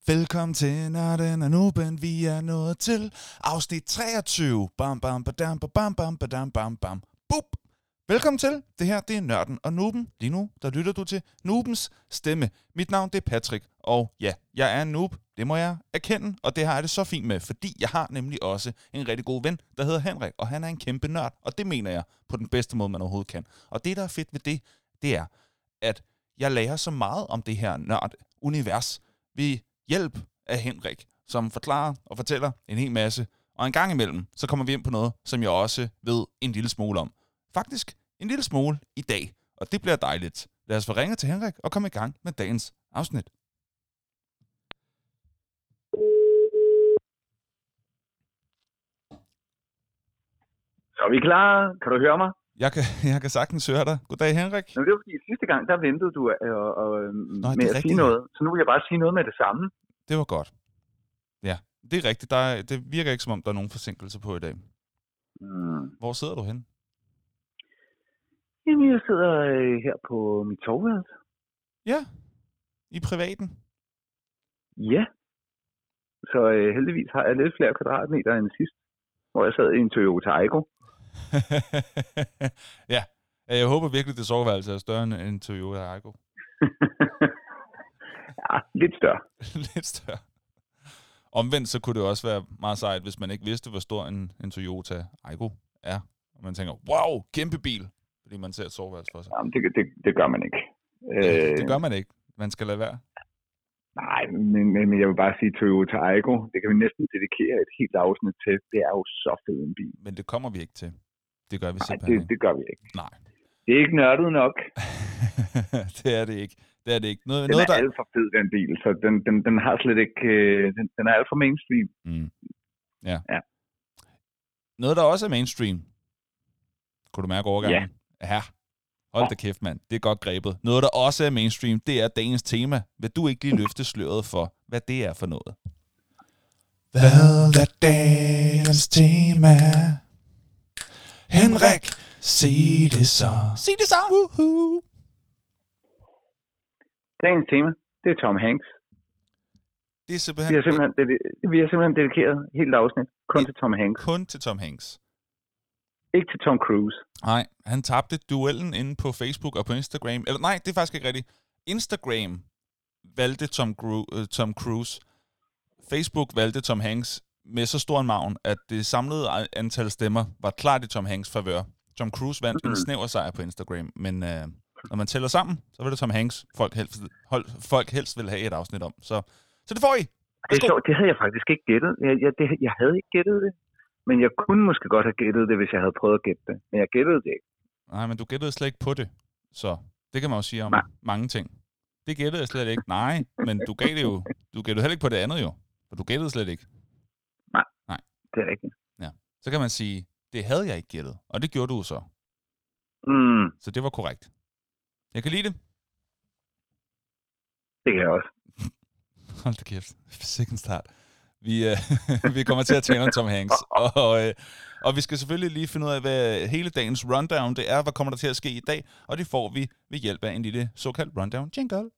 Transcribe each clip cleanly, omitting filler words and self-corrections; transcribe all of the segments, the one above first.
Velkommen til Nørden og Nuben, vi er nået til afsnit 23. Bam, bam, badam, bam, bam, badam, bam, bam, bup. Velkommen til. Det her, det er Nørden og Nuben. Lige nu, der lytter du til Nubens stemme. Mit navn, det er Patrick, og ja, jeg er en noob. Det må jeg erkende, og det har jeg det så fint med, fordi jeg har nemlig også en rigtig god ven, der hedder Henrik, og han er en kæmpe nørd, og det mener jeg på den bedste måde, man overhovedet kan. Og det, der er fedt ved det, det er, at jeg lærer så meget om det her nørd-univers ved hjælp af Henrik, som forklarer og fortæller en hel masse. Og en gang imellem, så kommer vi ind på noget, som jeg også ved en lille smule om. Faktisk en lille smule i dag, og det bliver dejligt. Lad os få ringe til Henrik og komme i gang med dagens afsnit. Så er vi klar. Kan du høre mig? Jeg kan sagtens høre dig. Goddag, Henrik. Nå, det var fordi sidste gang, der ventede du med at sige noget. Så nu vil jeg bare sige noget med det samme. Det var godt. Ja, det er rigtigt. Det virker ikke, som om der er nogen forsinkelser på i dag. Hvor sidder du henne? Jamen, jeg sidder her på mit soveværelse. Ja, i privaten. Ja. Så heldigvis har jeg lidt flere kvadratmeter end sidst, hvor jeg sad i en Toyota Aygo. Ja, jeg håber virkelig, det soveværelse er større end en Toyota Aygo. Ja, lidt større. Lidt større. Omvendt så kunne det også være meget sejt, hvis man ikke vidste, hvor stor en Toyota Aygo er. Og man tænker, wow, kæmpe bil, fordi man ser et soveværelse for sig. Jamen, det gør man ikke. Det gør man ikke. Man skal lade være. Nej, men jeg vil bare sige, Toyota Aygo, det kan vi næsten dedikere et helt afsnit til. Det er jo så fed en bil. Men det kommer vi ikke til. Det gør vi simpelthen ikke. Det gør vi ikke. Nej. Det er ikke nørdet nok. Det er det ikke. Det er det ikke. Den er alt for fed, den bil, så den har slet ikke... Den er alt for mainstream. Ja. Noget, der også er mainstream. Kunne du mærke overgangen? Ja. Hold da kæft, mand. Det er godt grebet. Noget, der også er mainstream, det er dagens tema. Vil du ikke lige løfte sløret for, hvad det er for noget? Hvad er dagens tema? Henrik, sig det så. Sig det så. Woohoo. Dagens tema, det er Tom Hanks. Det er simpelthen... Vi har simpelthen dedikeret helt afsnit kun til Tom Hanks. Kun til Tom Hanks. Ikke til Tom Cruise. Nej, han tabte duellen inde på Facebook og på Instagram. Eller nej, det er faktisk ikke rigtigt. Instagram valgte Tom Cruise. Facebook valgte Tom Hanks med så stor en margin, at det samlede antal stemmer var klart i Tom Hanks' favør. Tom Cruise vandt en snæver sejr på Instagram, men når man tæller sammen, så var det Tom Hanks, folk helst ville have et afsnit om. Så det får I. Det havde jeg faktisk ikke gættet. Jeg havde ikke gættet det. Men jeg kunne måske godt have gættet det, hvis jeg havde prøvet at gætte det. Men jeg gættede det ikke. Nej, men du gættede slet ikke på det. Så det kan man jo sige om mange ting. Det gættede jeg slet ikke. Nej, men du gættede heller ikke på det andet jo. For du gættede slet ikke. Nej, det er rigtigt. Ja. Så kan man sige, det havde jeg ikke gættet. Og det gjorde du så. Så det var korrekt. Jeg kan lide det. Det kan jeg også. Hold da kæft. Second start. Vi kommer til at tale om Tom Hanks, og vi skal selvfølgelig lige finde ud af, hvad hele dagens rundown det er, hvad kommer der til at ske i dag, og det får vi ved hjælp af en lille såkaldt rundown jingle.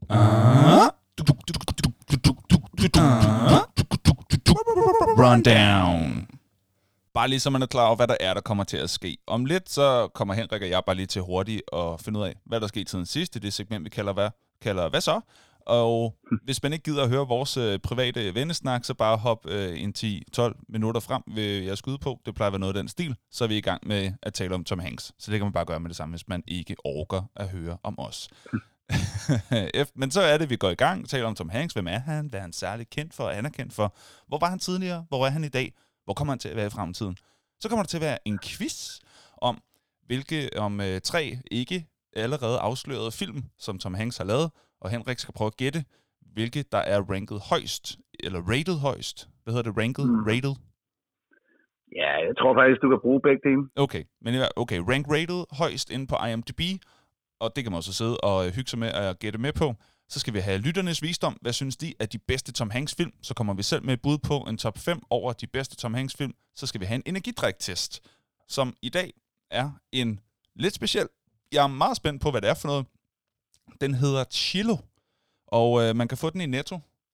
Rundown. Bare lige så man er klar over, hvad der kommer til at ske. Om lidt, så kommer Henrik og jeg bare lige til hurtigt og finde ud af, hvad der skete siden sidst i det segment, vi kalder hvad så? Og hvis man ikke gider at høre vores private vennesnak, så bare hop en 10-12 minutter frem, vil jeg skyde på. Det plejer at være noget af den stil. Så er vi i gang med at tale om Tom Hanks. Så det kan man bare gøre med det samme, hvis man ikke orker at høre om os. Men så er det, vi går i gang. Taler om Tom Hanks. Hvem er han? Hvad er han særligt kendt for og anerkendt for? Hvor var han tidligere? Hvor er han i dag? Hvor kommer han til at være i fremtiden? Så kommer der til at være en quiz om 3 ikke allerede afslørede film, som Tom Hanks har lavet. Og Henrik skal prøve at gætte, hvilket der er ranket højst, eller rated højst. Hvad hedder det? Rated? Ja, jeg tror faktisk, du kan bruge begge dele. Okay, rank rated højst inde på IMDb, og det kan man også sidde og hygge sig med at gætte med på. Så skal vi have lytternes visdom. Hvad synes de er de bedste Tom Hanks film? Så kommer vi selv med et bud på en top 5 over de bedste Tom Hanks film. Så skal vi have en energidriktest, som i dag er en lidt speciel. Jeg er meget spændt på, hvad det er for noget. Den hedder Chilo, og man kan få den i Netto.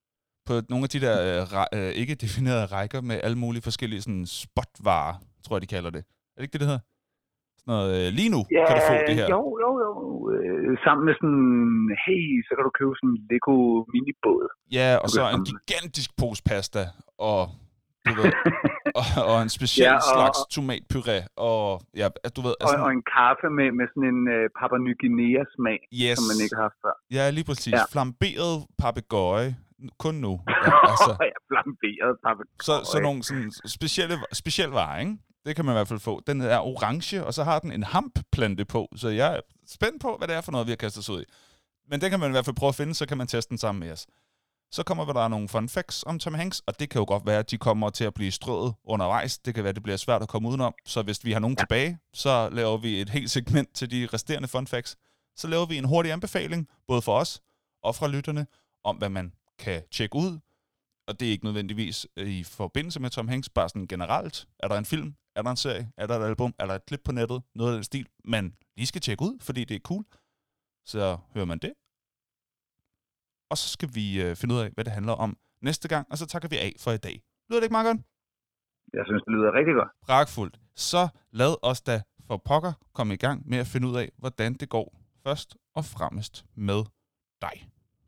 på nogle af de der ikke definerede rækker med alle mulige forskellige sådan spotvarer, tror jeg, de kalder det. Er det ikke det hedder? Sådan noget, lige nu kan du få det her. Jo. Sammen med sådan, hey, så kan du købe sådan en Lego minibåd. Ja, og så en gigantisk pose pasta, og du ved, og en speciel slags tomatpuré, og ja, du ved... Altså, og en kaffe med sådan en Papua Ny Guinea-smag, som man ikke har haft før. Ja, lige præcis. Ja. Flamberet papegøje. Kun nu. Ja, altså. Flamberet papegøje. Så nogle sådan specielle varer, ikke? Det kan man i hvert fald få. Den er orange, og så har den en hampplante på, så jeg er spændt på, hvad det er for noget, vi har kastet os ud i. Men den kan man i hvert fald prøve at finde, så kan man teste den sammen med os. Så kommer der nogle fun facts om Tom Hanks, og det kan jo godt være, at de kommer til at blive strøget undervejs. Det kan være, at det bliver svært at komme udenom. Så hvis vi har nogen tilbage, så laver vi et helt segment til de resterende fun facts. Så laver vi en hurtig anbefaling, både for os og fra lytterne, om hvad man kan tjekke ud. Og det er ikke nødvendigvis i forbindelse med Tom Hanks, bare sådan generelt. Er der en film? Er der en serie? Er der et album? Er der et klip på nettet? Noget af den stil, man lige skal tjekke ud, fordi det er cool. Så hører man det. Og så skal vi finde ud af, hvad det handler om næste gang, og så takker vi af for i dag. Lyder det ikke meget godt? Jeg synes, det lyder rigtig godt. Pragtfuldt. Så lad os da for pokker komme i gang med at finde ud af, hvordan det går først og fremmest med dig.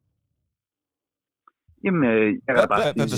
Jamen, jeg kan bare sige...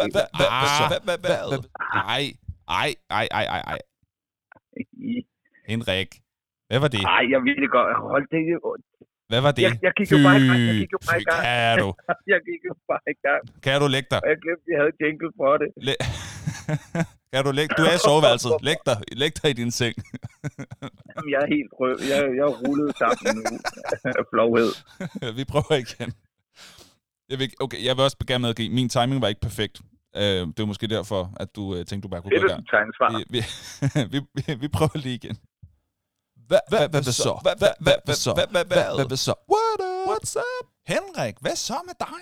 Hvad? Ej. Henrik, hvad var det? Nej, jeg ved det godt. Hold det. Hvad var det? Jeg gik jo bare i gang. Jeg gik jo bare i gang. Kan du lægge dig? Og jeg glemte, jeg havde jingle for det. Kan du lægge? Du er i soveværelset. Læg dig i din seng. Jamen, jeg er helt rød. Jeg er rullet sammen nu af flovhed. Vi prøver igen. Jeg vil også gerne medgive, min timing var ikke perfekt. Det var måske derfor, at du tænkte, du bare kunne gå i gang. Det er et svar. Vi prøver lige igen. Hvad så? Hvad så? What's up? Henrik, hvad så med dig?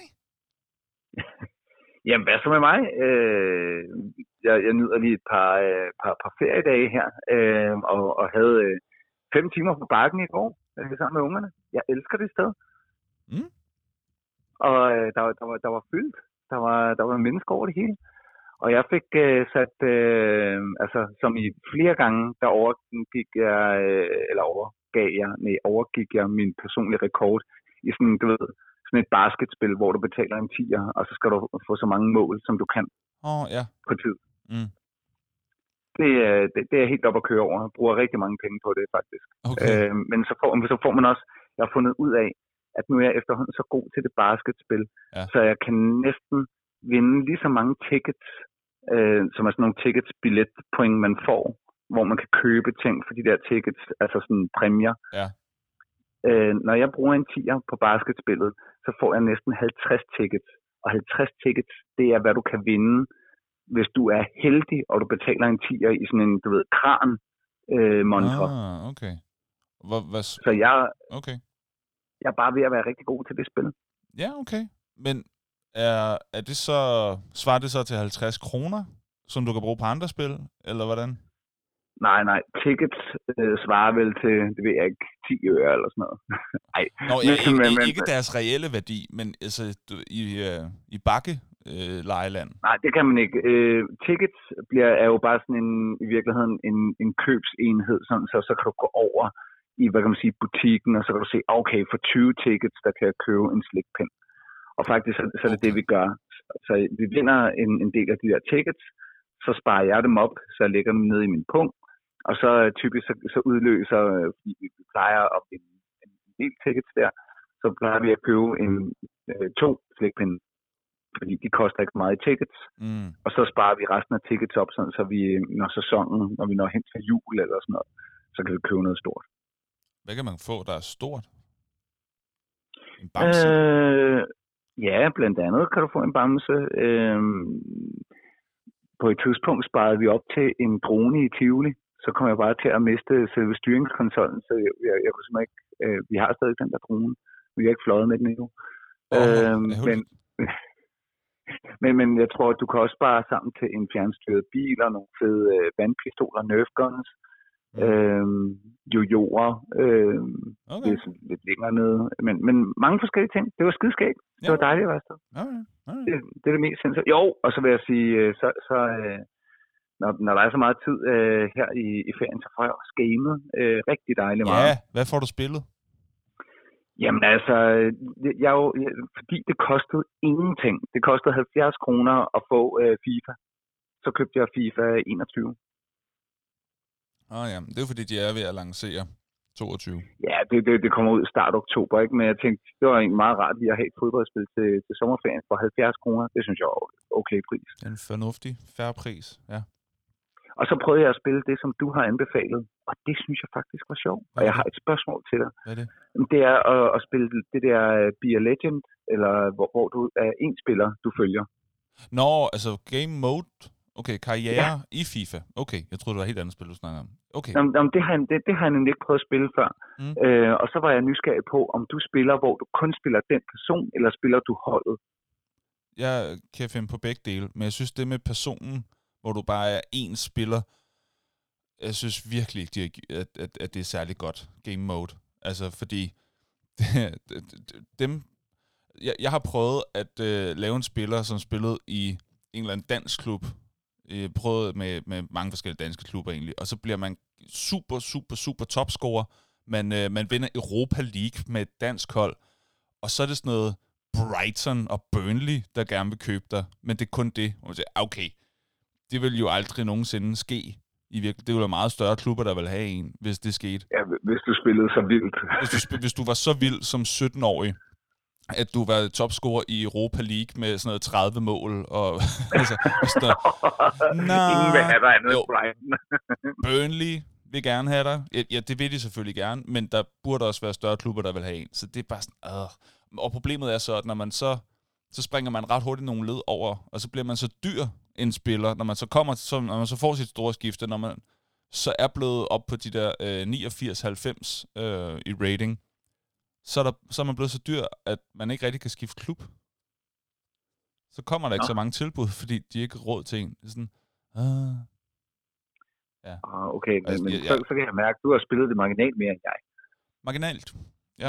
Jamen, hvad så med mig? Jeg nyder lige et par feriedage her, og havde 5 timer på bakken i går, sammen med ungerne. Jeg elsker det sted. Mm. Og der var fyldt. Der var mennesker over det hele. Og jeg fik sat, som i flere gange, der overgik jeg min personlige rekord i sådan et basketspil, hvor du betaler en 10'er, og så skal du få så mange mål, som du kan på tid. Mm. Det er helt op at køre over. Jeg bruger rigtig mange penge på det, faktisk. Okay. Men så får man også, jeg har fundet ud af, at nu er jeg efterhånden så god til det basketspil, så jeg kan næsten vinde lige så mange tickets, som er sådan nogle tickets billetpoint, man får, hvor man kan købe ting for de der tickets, altså sådan præmier. Ja. Når jeg bruger en 10'er på basketspillet, så får jeg næsten 50 tickets. Og 50 tickets, det er, hvad du kan vinde, hvis du er heldig, og du betaler en 10'er i sådan en, kran montre. Okay. Så jeg er bare ved at være rigtig god til det spil. Ja, okay. Men er det så, svarer det så til 50 kroner, som du kan bruge på andre spil, eller hvordan? Nej. Tickets svarer vel til, det ved jeg ikke, 10 øre eller sådan noget. Nej. Nå, ikke deres reelle værdi, men altså i bakke lejeland. Nej, det kan man ikke. Tickets er jo bare sådan i virkeligheden en købsenhed, sådan, så kan du gå over i, hvad kan man sige, butikken, og så kan du se, okay, for 20 tickets, der kan jeg købe en slikpind. Og faktisk så er det det, vi gør. Så vi vinder en del af de der tickets, så sparer jeg dem op, så jeg lægger dem ned i min punkt, og så typisk så udløser, fordi vi plejer at vinde en del tickets der, så plejer vi at købe 2 slikpinde, fordi de koster ikke meget i tickets, og så sparer vi resten af tickets op, sådan, så vi, når vi når hen til jul eller sådan noget, så kan vi købe noget stort. Hvad kan man få, der er stort? En bamse? Ja, blandt andet kan du få en bamse. På et tidspunkt sparede vi op til en drone i Tivoli. Så kom jeg bare til at miste selve styringskonsollen, så jeg kunne simpelthen ikke... vi har stadig den der drone. Vi har ikke fløjet med den endnu. Men jeg tror, at du kan også spare sammen til en fjernstyret bil og nogle fede vandpistoler, Nerf guns. jojoer, Okay. det er sådan lidt længere nede, men mange forskellige ting. Det var skideskægt. Det var dejligt at være afsted. Okay. Det er det mest sindssygt. Jo, og så vil jeg sige, når der er så meget tid her i ferien, så får jeg også gamet rigtig dejligt meget. Ja, hvad får du spillet? Jamen altså, fordi det kostede ingenting. Det kostede 70 kroner at få FIFA. Så købte jeg FIFA 21. Ja, det er fordi, de er ved at lancere 22. Ja, det kommer ud i start oktober, ikke? Men jeg tænkte, det var egentlig meget rart lige at have et fodboldspil til sommerferien for 70 kroner. Det synes jeg er okay pris. Det er en fornuftig, fair pris, ja. Og så prøvede jeg at spille det, som du har anbefalet, og det synes jeg faktisk var sjovt. Og jeg har et spørgsmål til dig. Hvad er det? Det er at spille det der Be a Legend, eller hvor du er en spiller, du følger. Nå, altså game mode. Okay, karriere i FIFA. Okay, jeg troede, det var et helt andet spil, du snakker om. Okay. Jamen, det har jeg nemlig ikke prøvet at spille før. Og så var jeg nysgerrig på, om du spiller, hvor du kun spiller den person, eller spiller du holdet? Jeg kan finde på begge dele, men jeg synes, det med personen, hvor du bare er én spiller, jeg synes virkelig ikke, at det er særlig godt game mode. Altså, fordi jeg har prøvet at lave en spiller, som spillede i en eller anden dansk klub. Prøvet med mange forskellige danske klubber egentlig, og så bliver man super topscorer. Man vinder Europa League med et dansk hold, og så er det sådan noget Brighton og Burnley, der gerne vil købe dig, men det er kun det. Og man siger, okay, det vil jo aldrig nogensinde ske. I virkeligheden, det ville være meget større klubber, der vil have en, hvis det skete. Ja, hvis du spillede så vildt. Hvis du var så vild som 17-årig, at du var topscorer i Europa League med sådan noget 30 mål, og altså, ingen vil have dig andet Brighton. Burnley vil gerne have dig. Ja, det vil de selvfølgelig gerne, men der burde også være større klubber, der vil have en. Så det er bare sådan, Og problemet er så, at når man så springer man ret hurtigt nogle led over, og så bliver man så dyr en spiller, når man så kommer, når man så får sit store skifte, når man så er blevet op på de der 89-90 i rating, så er man blevet så dyr, at man ikke rigtig kan skifte klub. Så kommer der ikke så mange tilbud, fordi de ikke har råd til en. Det er sådan, ja. Okay, men så kan jeg mærke, at du har spillet det marginalt mere end jeg. Marginalt, ja.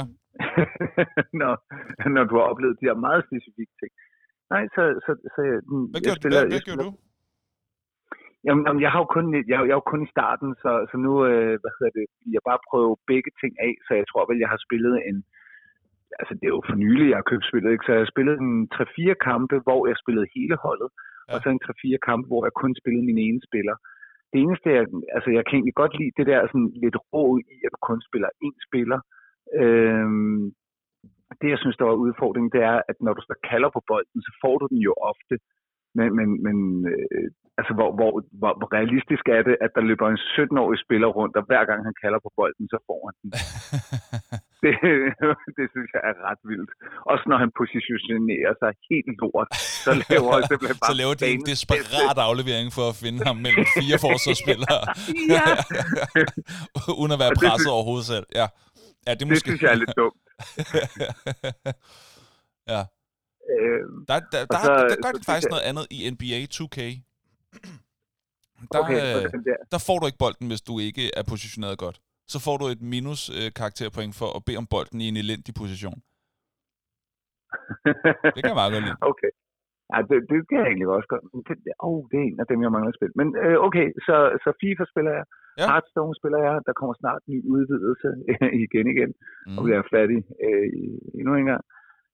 når du har oplevet de her meget specifikke ting. Nej, så Hvad gør du? Jamen, jeg er jo kun i starten, så nu, jeg bare prøver begge ting af, så jeg tror vel, jeg har spillet altså det er jo for nylig, jeg har købt spillet, ikke? Så jeg har spillet en 3-4 kampe, hvor jeg spillede hele holdet, og så en 3-4 kampe, hvor jeg kun spillede min ene spiller. Det eneste, jeg kan egentlig godt lide det der sådan lidt råd i, at du kun spiller én spiller. Det, jeg synes, der var udfordringen, det er, at når du så kalder på bolden, så får du den jo ofte. Men altså, hvor realistisk er det, at der løber en 17-årig spiller rundt, og hver gang han kalder på bolden, så får han den. det synes jeg er ret vildt. Også når han positionerer sig helt lort, så laver han simpelthen bare... Så laver de en desperat aflevering for at finde ham mellem 4 forsvarsspillere. Ja! Uden at være presset overhovedet selv. Ja, det måske... Det synes jeg er lidt dumt. Ja. Der gør det faktisk noget andet i NBA 2K. Der får du ikke bolden, hvis du ikke er positioneret godt. Så får du et minus karakterpoint for at bede om bolden i en elendig position. Det kan jeg meget godt lide. Okay. Ja, det kan jeg egentlig også godt. Det er en af dem, jeg mangler at spille. Men okay, så FIFA spiller jeg. Ja. Hearthstone spiller jeg. Der kommer snart en ny udvidelse igen. Og bliver jeg færdig endnu en gang.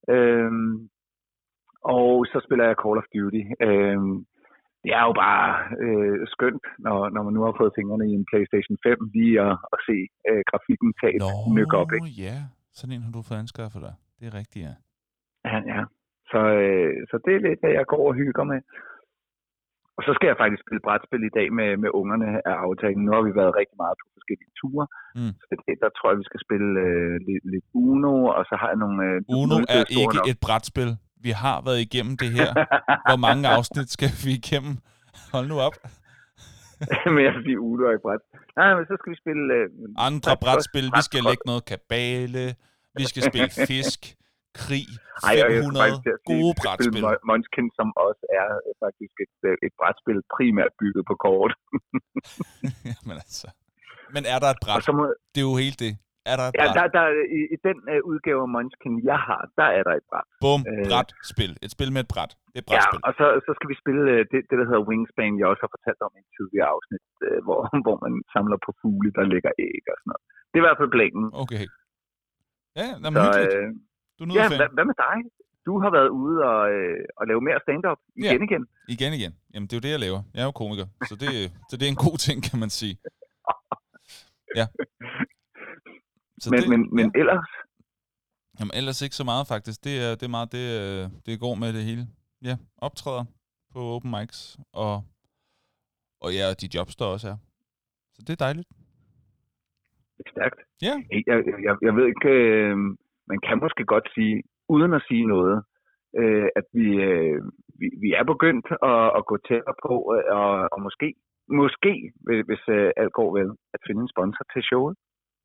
Og så spiller jeg Call of Duty. Det er jo bare skønt, når man nu har fået fingrene i en PlayStation 5, lige at se grafikken tage et nyk op. Ikke? Ja, sådan en har du fået anskaffet dig. Det er rigtigt, ja. Ja. Så det er lidt, hvad jeg går og hygger med. Og så skal jeg faktisk spille brætspil i dag med ungerne af aftalen. Nu har vi været rigtig meget på forskellige ture. Så der tror jeg, vi skal spille lidt Uno, og så har jeg nogle... Uno er ikke et brætspil. Vi har været igennem det her. Hvor mange afsnit skal vi igennem? Hold nu op. Men jeg siger Uno er et brætspil. Nej, men så skal vi spille... andre brætspil. Vi skal lægge noget kabale. Vi skal spille fisk. Krig, 500 gode brætspil. Munchkin, som også er faktisk et brætspil primært bygget på kort. Jamen altså. Men er der et bræt? Så Det er jo helt det. Er der et ja, bræt? i den udgave af Munchkin, jeg har, der er der et bræt. Bum, brætspil. Et spil med et bræt. Det er et brætspil. Ja, og så skal vi spille det, der hedder Wingspan, jeg også har fortalt om i en tidligere afsnit, hvor man samler på fugle, der lægger æg og sådan noget. Det er i hvert fald planen. Okay. Ja, det er hyggeligt. Du er hvad med dig? Du har været ude og lave mere stand-up igen. Igen. Jamen, det er jo det, jeg laver. Jeg er jo komiker, så det er en god ting, kan man sige. Ja. Så men ellers? Jamen, ellers ikke så meget, faktisk. Det er meget det går med det hele. Ja, optræder på open mics, og ja, de jobs, der også er. Så det er dejligt. Det er stærkt. Ja. Jeg ved ikke, man kan måske godt sige, uden at sige noget, at vi er begyndt at gå tættere på, og måske hvis alt går vel, at finde en sponsor til showet.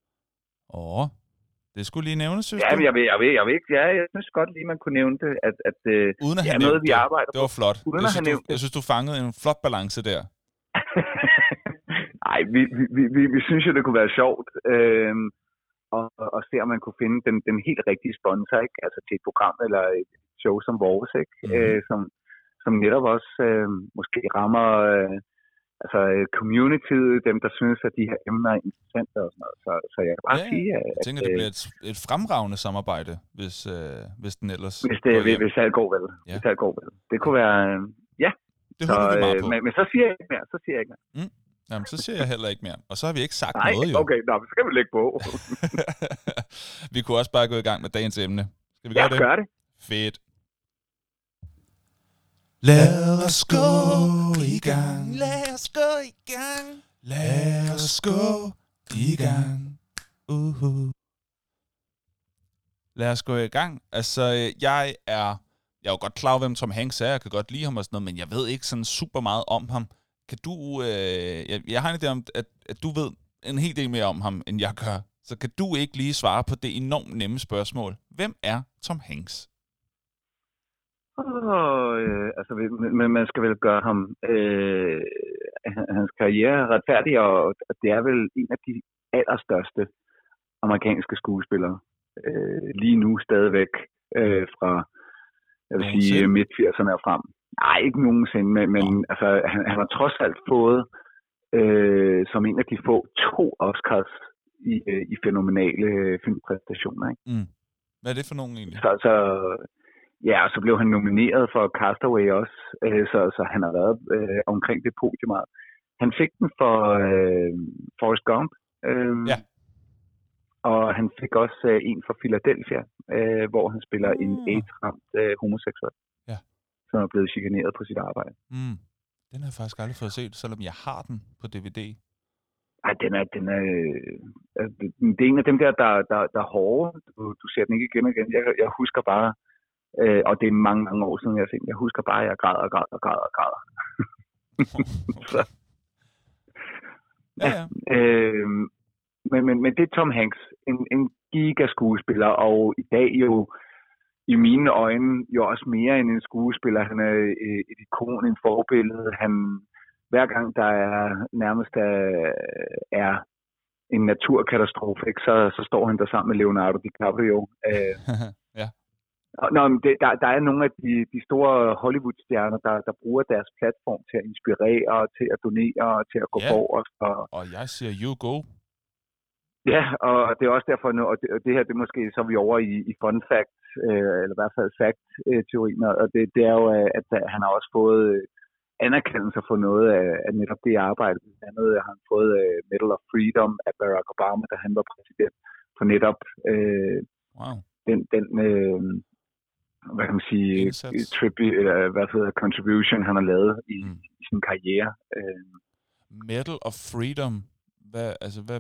Det skulle lige nævnes, synes du? Ja, jeg ved ikke. Ja, jeg synes godt lige, man kunne nævne det, at uden at det er noget, vi arbejder på. Det var flot. Jeg synes, du fangede en flot balance der. Nej, vi synes jo, det kunne være sjovt og se, om man kunne finde den helt rigtige sponsor, ikke? Altså til et program eller et show som vores, ikke? Mm-hmm. Som netop også måske rammer communityet, dem der synes, at de her emner er interessante og sådan noget. Så jeg kan bare sige, at jeg tænker, det bliver et fremragende samarbejde, hvis den ellers hvis alt går vel. Ja. Hvis alt går vel. Det kunne være det håber vi meget på. Men så siger jeg ikke mere. Mm. Jamen, så siger jeg heller ikke mere. Og så har vi ikke sagt noget, jo. Okay, så skal vi lægge på. Vi kunne også bare gå i gang med dagens emne. Skal vi gøre det? Ja, gør det. Fedt. Lad os gå i gang. Lad os gå i gang. Lad os gå i gang. Lad os gå i gang. Altså, jeg er jo godt klar over, hvem Tom Hanks er. Jeg kan godt lide ham og sådan noget, men jeg ved ikke sådan super meget om ham. Kan du... jeg har en idé om, at du ved en hel del mere om ham, end jeg gør. Så kan du ikke lige svare på det enormt nemme spørgsmål. Hvem er Tom Hanks? Men man skal vel gøre ham hans karriere retfærdig, og det er vel en af de allerstørste amerikanske skuespillere lige nu stadigvæk fra jeg vil sige midt-80'erne og frem. Nej, ikke nogensinde, men altså, han har trods alt fået som en af de få 2 Oscars i fænomenale filmpræstationer. Ikke? Mm. Hvad er det for nogen egentlig? Ja, så blev han nomineret for Castaway også, så han har været omkring det podium. Han fik den for Forrest Gump, og han fik også en for Philadelphia, hvor han spiller en AIDS-ramt homoseksuel, som er blevet chikaneret på sit arbejde. Mm. Den har jeg faktisk aldrig fået set, selvom jeg har den på DVD. Ej, det er en af dem der er hårde. Du ser den ikke igen og igen. Jeg husker bare, og det er mange, mange år siden, jeg har set den. Jeg husker bare, at jeg græder. Så. Ja. Men det er Tom Hanks, en gigaskuespiller, og i dag jo i mine øjne jo også mere end en skuespiller. Han er et ikon, en forbillede. Hver gang der nærmest er en naturkatastrofe, ikke, så står han der sammen med Leonardo DiCaprio. Ja. Der er nogle af de store Hollywood-stjerner, der bruger deres platform til at inspirere, til at donere, til at gå forrest. Og jeg siger, you go. Ja, og det er også derfor, og det her, det er måske så er vi over i fun fact, eller i hvert fald fact-teorien, og det er jo, at han har også fået anerkendelse for noget af netop det arbejde. Blandt andet har han fået Medal of Freedom af Barack Obama, da han var præsident, for netop den hvad kan man sige, contribution, han har lavet i sin karriere. Medal of Freedom, hvad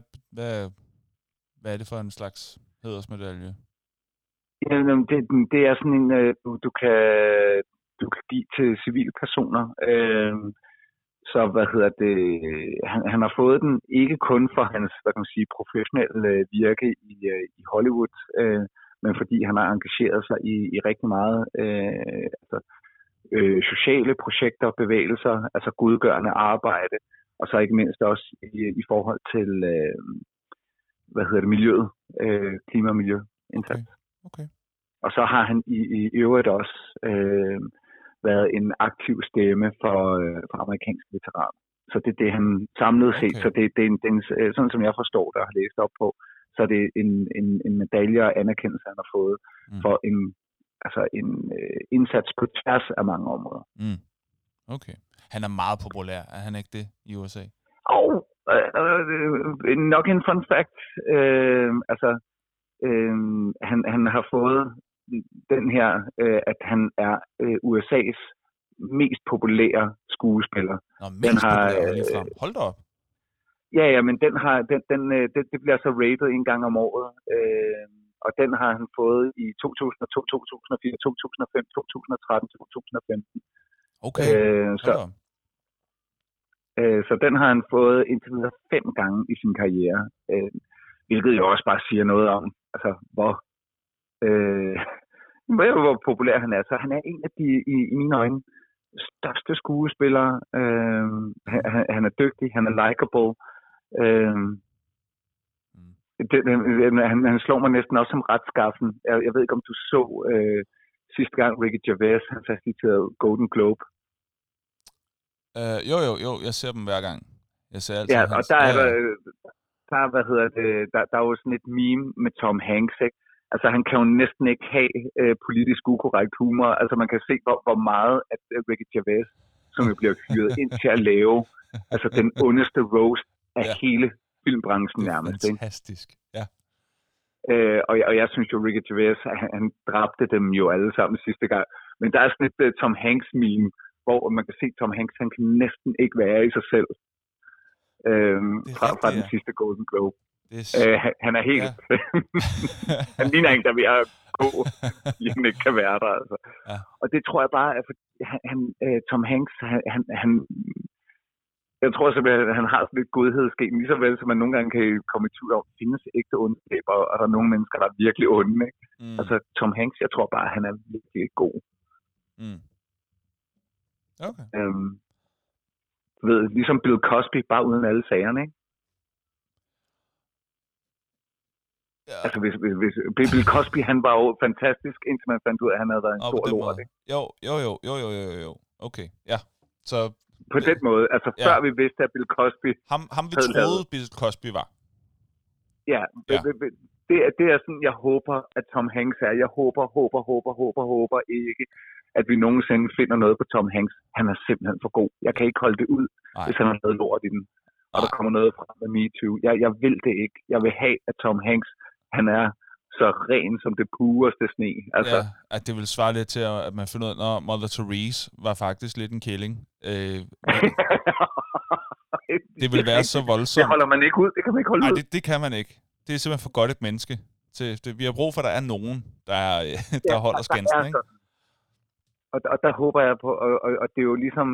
er det for en slags hædersmedalje? Det er sådan en, du kan give til civile personer. Så han har fået den ikke kun for hans, hvad kan man sige, professionelle virke i Hollywood, men fordi han har engageret sig i rigtig meget sociale projekter og bevægelser, altså godgørende arbejde, og så ikke mindst også i forhold til, miljøet, klima- og miljøindsats. Okay. Og så har han i øvrigt også været en aktiv stemme for amerikanske veteraner. Så det er det, han samlet set. Så det er sådan som jeg forstår, der har læst op på, så er det en medalje og anerkendelse, han har fået for en indsats på tværs af mange områder. Okay. Han er meget populær, er han ikke det i USA? Nok en fun fact. Han har fået den her, at han er USA's mest populære skuespiller. Populære ligefrem. Hold da op. Ja, men det bliver så rated en gang om året. Og den har han fået i 2002, 2004, 2005, 2013, 2015. Okay. Så den har han fået indtil videre 5 gange i sin karriere. Hvilket jo også bare siger noget om, altså hvor populær han er. Så han er en af de, i mine øjne, største skuespillere. Han er dygtig, han er likable. Han slår mig næsten også som retskaffen. Jeg ved ikke, om du så sidste gang Ricky Gervais, han faciliterede Golden Globe. Jo, jeg ser dem hver gang. Jeg ser altid og der er der er jo sådan et meme med Tom Hanks, ikke? Altså, han kan jo næsten ikke have politisk ukorrekt humor. Altså, man kan se, hvor meget at Ricky Gervais, som jo bliver hyret ind til at lave altså den ondeste roast af hele filmbranchen nærmest. Det er fantastisk, ja. Og jeg synes jo, Ricky Gervais, han dræbte dem jo alle sammen sidste gang. Men der er sådan et Tom Hanks meme, hvor man kan se, at Tom Hanks, han kan næsten ikke være i sig selv. Fra den sidste Golden Globe. Han er helt... Ja. Han ligner en, der vil gå, fordi han ikke kan være der. Altså. Ja. Og det tror jeg bare, at Tom Hanks, han jeg tror simpelthen, at han har sådan lidt godhedsgen, lige så vel som man nogle gange kan komme i tvivl om, findes ægte ondskaber, og der er nogle mennesker, der er virkelig onde. Ikke? Altså Tom Hanks, jeg tror bare, at han er virkelig god. Okay. Ligesom Bill Cosby, bare uden alle sagerne, ikke? Ja. Altså, hvis Bill Cosby, han var jo fantastisk, indtil man fandt ud af, at han havde været en stor lort, ikke? Jo. Okay, ja. Så på den måde, altså før vi vidste, at Bill Cosby... Ham vi troede, Bill Cosby var. Ja. Det er sådan, jeg håber, at Tom Hanks er. Jeg håber ikke, at vi nogensinde finder noget på Tom Hanks. Han er simpelthen for god. Jeg kan ikke holde det ud, hvis han har noget lort i den. Og der kommer noget frem med MeToo. Jeg vil det ikke. Jeg vil have, at Tom Hanks, han er så ren som det pureste sne. Altså, ja, at det vil svare lidt til, at man finder ud af, at Mother Therese var faktisk lidt en killing. Det vil være så voldsomt. Det holder man ikke ud. Det kan man ikke holde ud. Nej, det kan man ikke. Det er simpelthen for godt et menneske. Vi har brug for, at der er nogen, der holder skansen, ikke? Og der håber jeg på, og det er jo ligesom,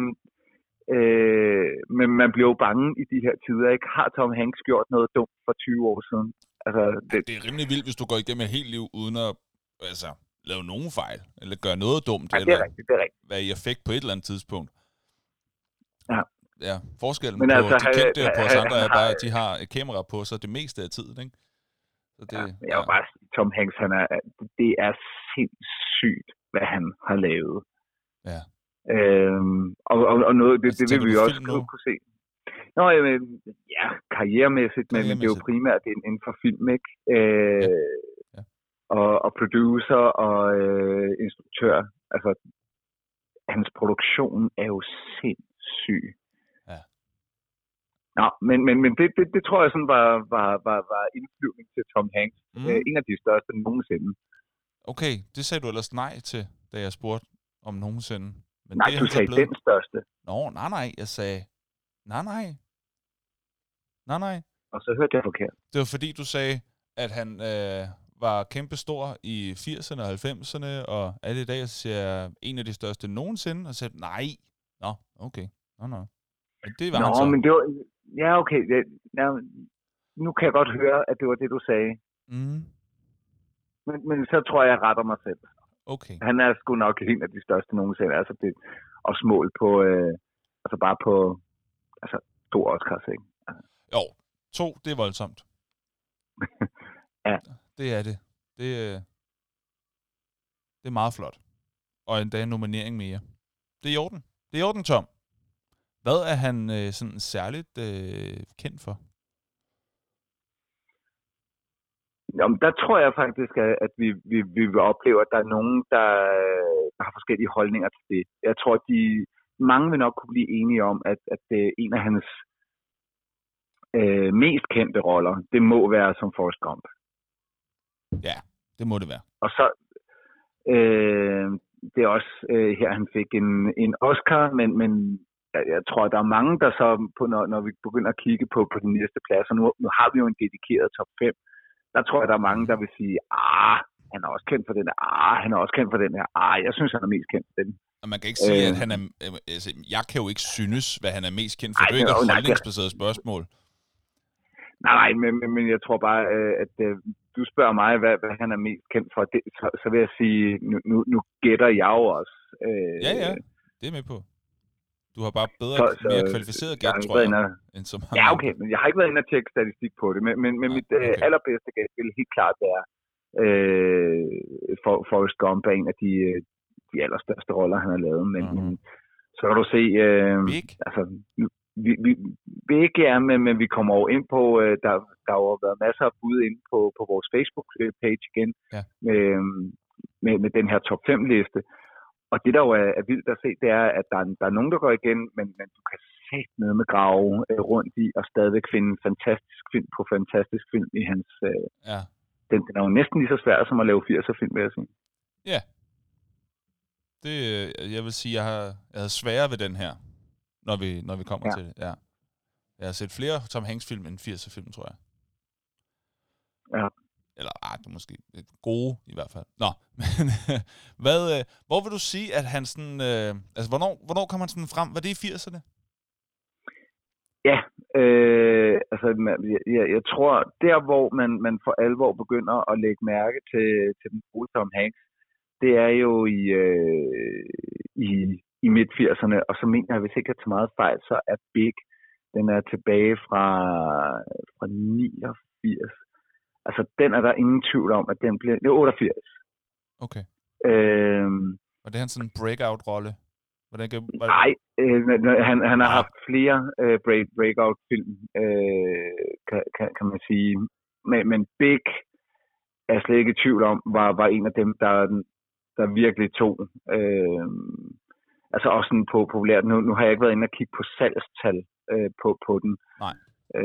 men man bliver jo bange i de her tider, ikke? Har Tom Hanks gjort noget dumt for 20 år siden? Altså, det er rimelig vildt, hvis du går igennem et helt liv uden at lave nogen fejl, eller gøre noget dumt, ja, eller rigtigt. være i effekt på et eller andet tidspunkt. Ja, forskellen men på altså, de kendte og på os andre er bare, at de har et kamera på sig det meste af tiden, ikke? Så det, jeg vil bare sige, Tom Hanks, det er sindssygt, hvad han har lavet. Ja. Og noget, det vil vi jo også kunne se. Nå, ja, karrieremæssigt, men det er jo primært inden for film, ikke? Ja. Og producer og instruktør. Altså, hans produktion er jo sindssyg. Ja. Nå, men det tror jeg sådan var indflyvning til Tom Hanks. En af de største nogensinde. Okay, det sagde du ellers nej til, da jeg spurgte om nogensinde. Men nej, det, du sagde den største. Nå, nej, jeg sagde nej. Og så hørte jeg forkert. Det var fordi, du sagde, at han var kæmpestor i 80'erne og 90'erne, og alle i dag siger jeg, en af de største nogensinde, og sagde, nej. Nå, okay. Nå. Men det var han så. Men det var... Ja, okay. Nu kan jeg godt høre, at det var det, du sagde. Men så tror jeg retter mig selv. Okay. Han er sgu nok en af de største nogensinde. Altså det også mål på... altså bare på... Altså stor Oscars, ikke? Jo, 2, det er voldsomt. Ja. Det er det. Det er meget flot. Og endda en nominering mere. Det er i orden. Det er i orden, Tom. Hvad er han sådan særligt kendt for? Jamen, der tror jeg faktisk, at vi vil opleve, at der er nogen, der har forskellige holdninger til det. Jeg tror, at mange vil nok kunne blive enige om, at en af hans mest kendte roller, det må være som Forrest Gump. Ja, det må det være. Og så det er også her, han fik en Oscar, men jeg tror, der er mange, der så, når vi begynder at kigge på de næste pladser, nu har vi jo en dedikeret top 5, der tror jeg, der er mange, der vil sige, han er også kendt for den her, han er også kendt for den her, jeg synes, han er mest kendt for den. Og man kan ikke sige, at han er, altså, jeg kan jo ikke synes, hvad han er mest kendt for. Det er jo ikke et holdningsbaseret spørgsmål. Nej, men jeg tror bare, at du spørger mig, hvad han er mest kendt for, så vil jeg sige, nu gætter jeg jo også. Ja, det er med på. Du har bare mere kvalificeret gæt, tror jeg, end så mange. Ja, okay, men jeg har ikke været inde og tjekke statistik på det, men mit allerbedste gæt vil helt klart være Forrest Gump er en af de allerstørste roller, han har lavet. Men så kan du se, altså, vi ikke er med, men vi kommer over ind på, der har jo været masser af bud inde på vores Facebook-page igen, med den her top 5-liste. Og det, der jo er vildt at se, det er, at der er nogen, der går igen, men du kan sætte ned med grave rundt i, og stadigvæk finde fantastisk film på fantastisk film i hans... Den er jo næsten lige så svær som at lave 80'er-film, vil jeg sige. Ja. Det, jeg vil sige, jeg havde sværere ved den her, når vi kommer til det. Ja. Jeg har set flere Tom Hanks-film end 80'er-film, tror jeg. Ja. Eller, det er måske gode, i hvert fald. Nå, men hvor vil du sige, at han sådan... altså, hvornår kom han sådan frem? Var det i 80'erne? Ja, altså, jeg tror, der hvor man for alvor begynder at lægge mærke til den gode Tom Hanks, det er jo i midt-80'erne, og så mener jeg, hvis ikke jeg tager meget fejl, så er Big, den er tilbage fra 89. Altså, den er der ingen tvivl om, at den bliver... Det er 88. Okay. Og det er hans sådan en breakout-rolle? Nej, han har haft flere breakout-film, kan man sige. Men Big er slet ikke i tvivl om, var en af dem, der virkelig tog... altså også sådan på populært. Nu har jeg ikke været inde og kigge på salgstal på den. Nej.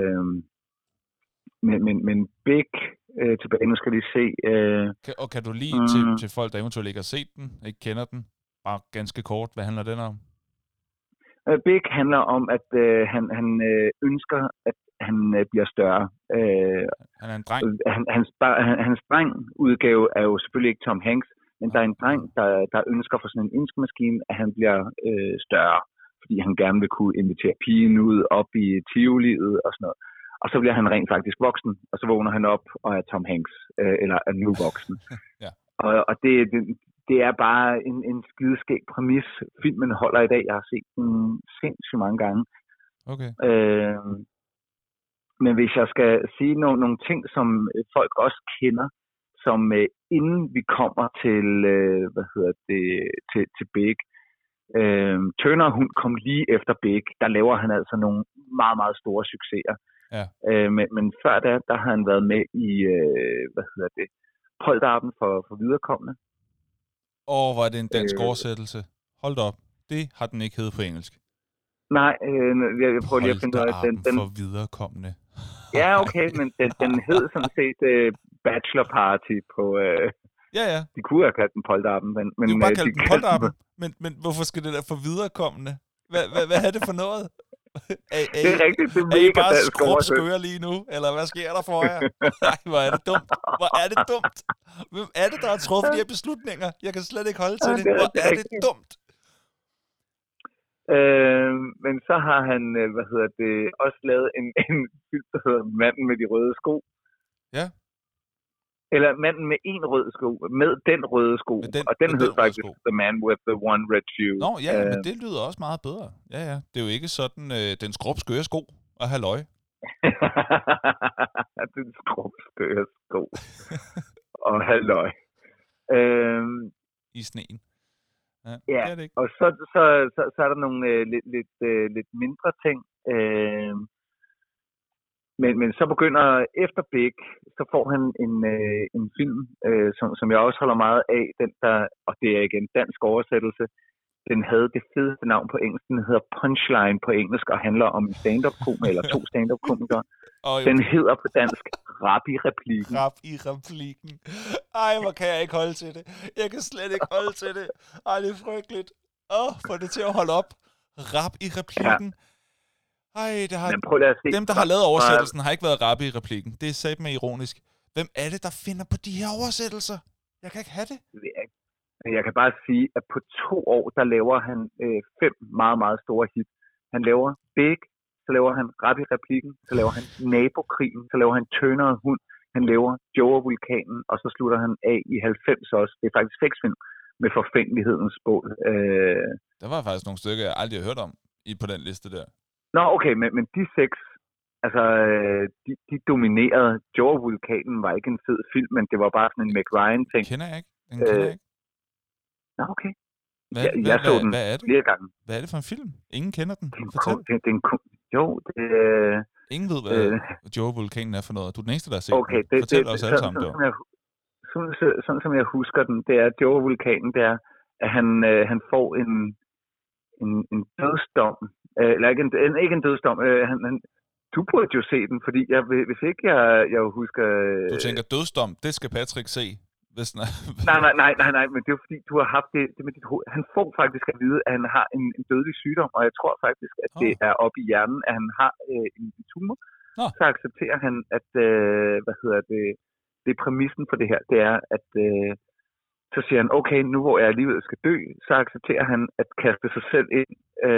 Men Big tilbage, nu skal vi se... Og kan du lige til folk, der eventuelt ikke har set den, ikke kender den, bare ganske kort, hvad handler den om? Big handler om, at han ønsker, at han bliver større. Han er en dreng? Hans dreng-udgave er jo selvfølgelig ikke Tom Hanks, men der er en dreng, der ønsker for sådan en ønskemaskine, at han bliver større, fordi han gerne vil kunne invitere pigen ud op i Tivoliet og sådan noget. Og så bliver han rent faktisk voksen, og så vågner han op og er Tom Hanks, eller er nu voksen. Ja. Og det er bare en skideskæg præmis. Filmen holder i dag. Jeg har set den sindssygt mange gange. Okay. Men hvis jeg skal sige nogle ting, som folk også kender, som inden vi kommer til, til Big. Turner, hun kom lige efter Big. Der laver han altså nogle meget, meget store succeser. Ja. Men før der har han været med i, Polterappen for viderekommende. Hvor er det en dansk oversættelse? Hold da op. Det har den ikke heddet på engelsk. Nej, jeg prøver lige at finde ud af den for viderekommende. Ja, okay, men den hed sådan set Bachelor Party på... Ja. De kunne have kaldt den Polterappen, men... Du kunne bare kalde den Polterappen, men hvorfor skal det der for viderekommende? Hvad er det for noget? Det er rigtigt, det er mega dansk. Er I bare skrubskøre lige nu? Eller hvad sker der for jer? Nej, hvor er det dumt. Hvor er det dumt. Hvem er det, der har truffet de her beslutninger? Jeg kan slet ikke holde til det. Hvor er det dumt. Men så har han, også lavet en film, der hedder Manden med de røde sko. Ja. Eller Manden med en rød sko, med den røde sko. Og den hed faktisk The Man with the One Red Shoe. Nå, ja, men det lyder også meget bedre. Ja. Det er jo ikke sådan den skrubskøre sko. og halløj. Den skrubstøger sko. Og halløj. I sneen. Ja, Ja, det er det ikke. og så er der nogle lidt mindre ting. Men så begynder efter Big, så får han en film, som jeg også holder meget af. Den der, og det er igen dansk oversættelse. Den havde det fedeste navn på engelsk. Den hedder Punchline på engelsk og handler om en stand-up-komiker eller 2 stand-up-komikere. Den hedder på dansk Rap i replikken. Rap i replikken. Ej, hvor kan jeg ikke holde til det. Jeg kan slet ikke holde til det. Ej, det er frygteligt. Få det til at holde op. Rap i replikken. Ej, det har... dem, der har lavet oversættelsen, har ikke været rappe i replikken. Det er satme ironisk. Hvem er det, der finder på de her oversættelser? Jeg kan ikke have det. Jeg kan bare sige, at på 2 år, der laver han 5 meget, meget store hits. Han laver Big, så laver han Rap i replikken, så laver han Nabokrigen, så laver han Turner og Hund, han laver Joe og Vulkanen, og så slutter han af i 90 også. Det er faktisk 6 film med Forfængelighedens båd. Der var faktisk nogle stykker, jeg aldrig har hørt om på den liste der. Nå, okay, men de 6, altså, de dominerede. Joe og Vulkanen var ikke en fed film, men det var bare sådan en Meg Ryan-ting. Den kender jeg ikke. Den kender jeg ikke. Nå, okay. Jeg så den flere gange. Hvad er det for en film? Ingen kender den. Ingen ved, hvad Joe Vulkanen er for noget. Du er den eneste, der har set okay, den. Fortæl os alle sammen. Sådan som jeg husker den, det er Joe Vulkanen, det er, at han får en dødsdom. Eller ikke en dødsdom. Du burde jo se den, fordi hvis ikke jeg husker... Du tænker dødsdom, det skal Patrick se. Nej, men det er jo fordi, du har haft det med dit hoved. Han får faktisk at vide, at han har en dødelig sygdom, og jeg tror faktisk, at det er oppe i hjernen, at han har en tumor. Så accepterer han, at, det er præmissen for det her, det er, at så siger han, okay, nu hvor jeg alligevel skal dø, så accepterer han at kaste sig selv ind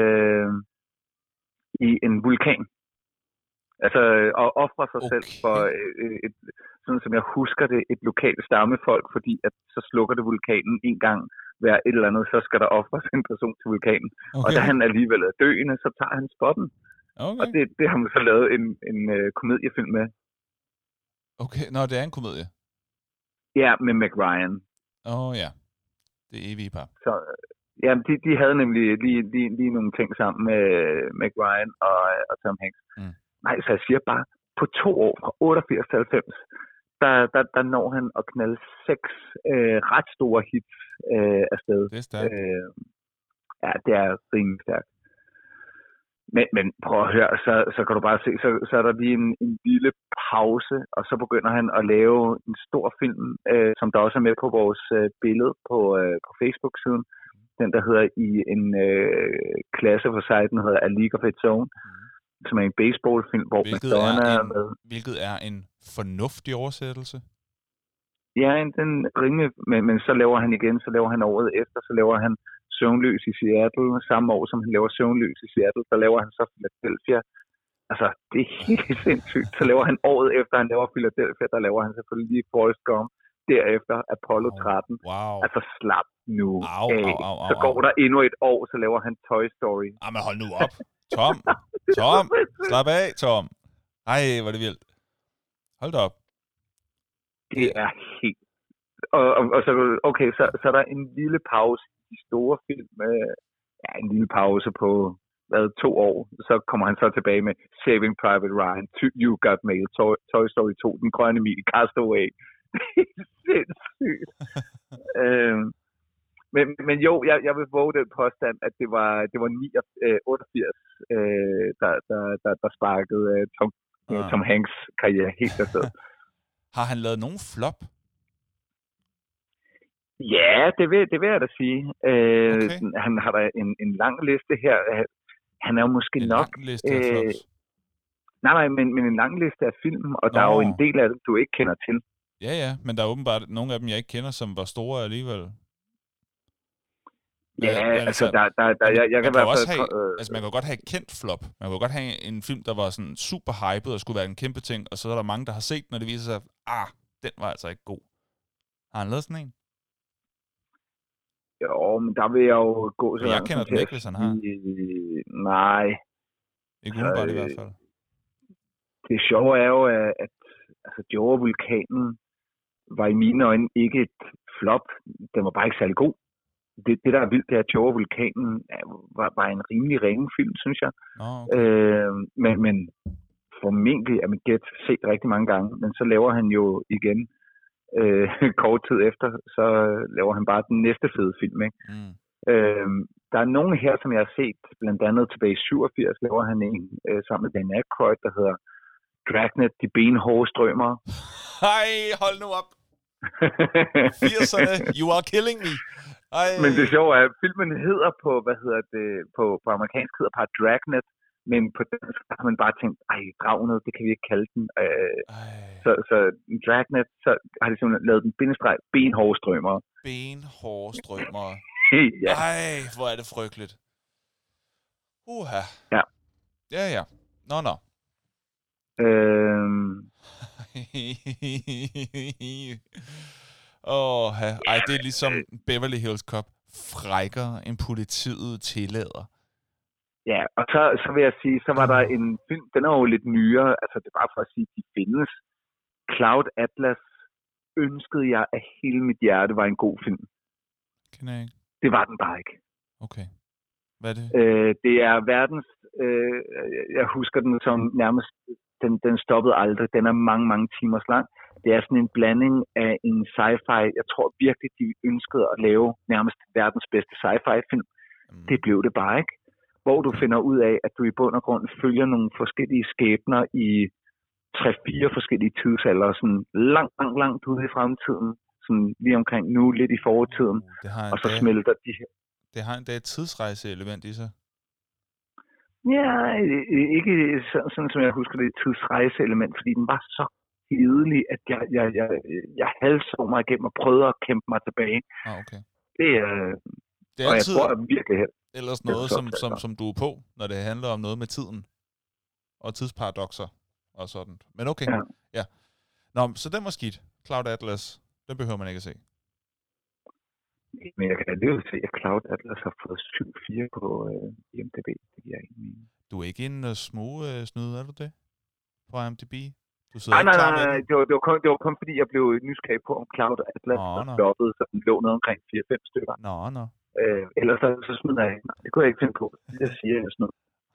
i en vulkan. Altså, og ofre sig selv for sådan som jeg husker det, et lokalt stammefolk, fordi at så slukker det vulkanen en gang hver et eller andet, så skal der ofres en person til vulkanen. Okay. Og da han alligevel er døende, så tager han spotten. Okay. Og det har man så lavet en komediefilm med. Okay, det er en komedie? Ja, med Meg Ryan. Ja. Det er evige par. Så, ja, de havde nemlig lige nogle ting sammen med Meg Ryan og Tom Hanks. Nej, så jeg siger bare, på 2 år, fra 88 til 90, der når han at knalde 6 ret store hits afsted. Det er stærkt. Ja, det er rimelig stærkt. Men prøv at høre, så kan du bare se, så er der lige en lille pause, og så begynder han at lave en stor film, som der også er med på vores billede på Facebook-siden. Den, der hedder i en klasse for sig, den hedder A League of Its Own. Som er en baseballfilm, hvor Madonna er med. Hvilket er en fornuftig oversættelse? Ja, den rimelig, men så laver han igen, så laver han året efter, så laver han Søvnløs i Seattle. Samme år, som han laver Søvnløs i Seattle, så laver han så Philadelphia. Altså, det er helt sindssygt. Så laver han året efter, han laver Philadelphia, der laver han selvfølgelig lige Forrest Gump. Derefter Apollo 13. Wow. Altså, slap nu af. Så går der endnu et år, så laver han Toy Story. Men hold nu op. Tom, slap af, Tom. Ej, hvor er det vildt. Hold da op. Det er helt... Og så, okay, så er der en lille pause i de store film. En lille pause på 2 år. Så kommer han så tilbage med Saving Private Ryan, You Got Mail, Toy Story 2, Den Grønne Mil, Castaway. Det er sindssygt. Men jo, jeg vil våge den påstand, at det var 88, der sparkede Tom Hanks karriere helt afsted. Har han lavet nogen flop? Ja, det vil jeg da sige. Okay. Han har da en lang liste her. Han er jo måske en nok... lang liste af flops? Nej, men en lang liste af film, og der er jo en del af det, du ikke kender til. Ja, men der er åbenbart nogle af dem, jeg ikke kender, som var store alligevel. Ja, altså jeg kan man kan godt have et kendt flop. Man kan godt have en film, der var sådan super hyped og skulle være en kæmpe ting, og så er der mange, der har set den, og det viser sig, den var altså ikke god. Har han lavet sådan en? Jo, men der vil jeg jo gå så langt. Jeg kender den ikke, hvis han har. Nej. Ikke umiddelbart i hvert fald. det sjove er jo, at altså, Joe og vulkanen var i mine øjne ikke et flop. Den var bare ikke særlig god. Det der er vildt, det er, at Joe og vulkanen var en rimelig ringe film, synes jeg. Okay. Men formentlig er mit gæt set rigtig mange gange, men så laver han jo igen kort tid efter, så laver han bare den næste fede film, ikke? Mm. Der er nogen her, som jeg har set, blandt andet tilbage i 87, laver han en sammen med Dan Aykroyd, der hedder Dragnet, de benhårde strømere. Hej, hold nu op. 80'erne, you are killing me. Ej. Men det sjove er, at filmen hedder på amerikansk hedder bare Dragnet, men på dansk har man bare tænkt, Dragnet, det kan vi ikke kalde den. Så Dragnet, så har de simpelthen lavet den bindestreg benhårde strømere. Benhårde strømere. Ja. Ej, hvor er det frygteligt. Ja. Ja. Nå. Ej, det er ligesom Beverly Hills Cop. Frækkere end politiet tillader. Ja, og så vil jeg sige, så var der en film, den er jo lidt nyere, altså det er bare for at sige, de findes. Cloud Atlas ønskede jeg af hele mit hjerte var en god film. Kender jeg ikke. Det var den bare ikke. Okay. Hvad er det? Det er verdens, jeg husker den som nærmest, den stoppede aldrig. Den er mange, mange timers lang. Det er sådan en blanding af en sci-fi. Jeg tror virkelig, de ønskede at lave nærmest verdens bedste sci-fi film. Det blev det bare ikke. Hvor du finder ud af, at du i bund og grund følger nogle forskellige skæbner i 3-4 forskellige tidsalder, sådan langt ude i fremtiden, sådan lige omkring nu, lidt i fortiden, og så smelter de her. Det har endda et tidsrejse-element i sig. Ja, ikke sådan som jeg husker det, et tidsrejse-element, fordi den var så kedelig, at jeg halsede mig igennem og prøvede at kæmpe mig tilbage. Okay. Det er og altid, jeg tror virkelig her. Ellers noget, som du er på, når det handler om noget med tiden og tidsparadoxer og sådan. Men okay, ja. Nå, så den var skidt. Cloud Atlas, den behøver man ikke at se. Men jeg kan alligevel se, at Cloud Atlas har fået 7-4 på IMDb. Det giver ikke mening. Du er ikke en snyde, er du det? På IMDb? Du nej, det var kun fordi, jeg blev nysgerrig på, om Cloud Atlas var stoppet, så den lå noget omkring 4-5 stykker. Nå. Ellers så smider jeg. Nej, det kunne jeg ikke finde på. Det siger jeg sådan noget.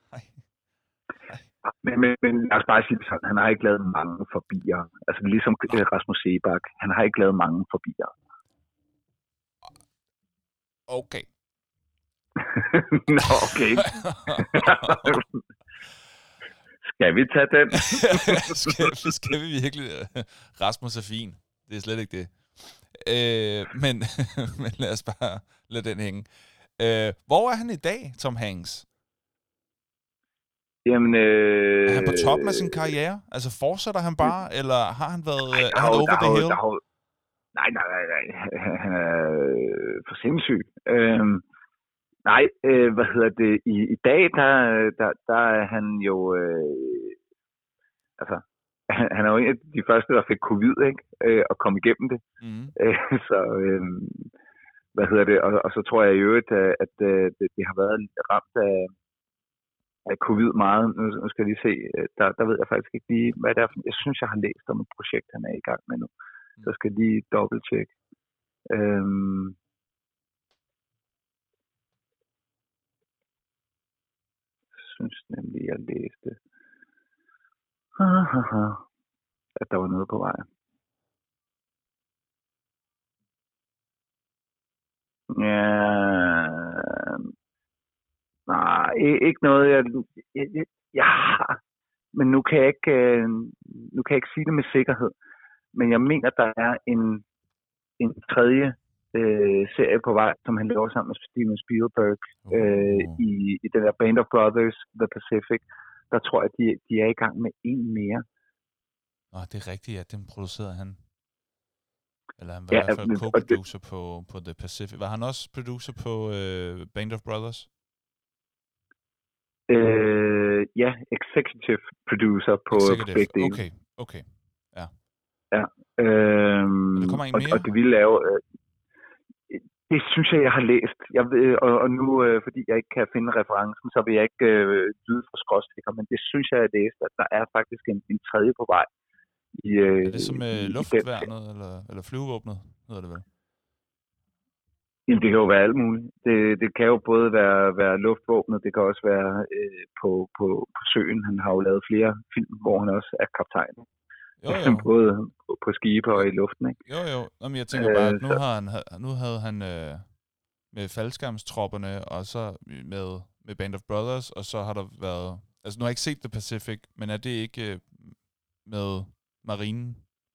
Men lad os bare sige det sådan, han har ikke lavet mange forbier. Altså ligesom Rasmus Seebach, han har ikke lavet mange forbier. Okay. Nå, okay. Skal vi tage den? skal vi virkelig? Rasmus er fin. Det er slet ikke det. Men lad os bare lade den hænge. Hvor er han i dag, Tom Hanks? Jamen, er han på toppen af sin karriere? Altså fortsætter han bare, eller har han været over the hill? Nej. Han er for sindssyg. I dag, der er han jo... altså, han er jo en af de første, der fik covid, ikke? Og kom igennem det. Så... Og så tror jeg i øvrigt, at det har været ramt af covid meget. Nu skal jeg lige se. Der ved jeg faktisk ikke lige, hvad det er. Jeg synes, jeg har læst om et projekt, han er i gang med nu. Så skal jeg lige dobbelttjekke. Jeg synes nemlig, jeg læste, at der var noget på vej. Ja, nej, ikke noget, jeg har. Men nu kan jeg ikke sige det med sikkerhed. Men jeg mener, der er en tredje serie på vej, som han laver sammen med Steven Spielberg i den der Band of Brothers, The Pacific. Der tror jeg, de er i gang med en mere. Det er rigtigt, at den producerede han. Eller han var i hvert fald co-producer på The Pacific. Var han også producer på Band of Brothers? Ja, executive producer på begge dele. Okay. Ja. Ja. Det kommer en mere? Og det ville lave... Det synes jeg har læst. Og nu, fordi jeg ikke kan finde referencen, så vil jeg ikke lyde for skråsikker, men det synes jeg læst, at der er faktisk en tredje på vej. Er det som luftværnet eller flyvevåbnet, hedder det vel? Jamen, det kan jo være alt muligt. Det kan jo både være luftvåbnet, det kan også være på søen. Han har jo lavet flere film, hvor han også er kaptajn. Jo. Både på skibe og i luften, ikke? Jo. Jamen, jeg tænker bare, at nu havde han med faldskærmstropperne, og så med Band of Brothers, og så har der været... Altså, nu har jeg ikke set The Pacific, men er det ikke med marinen?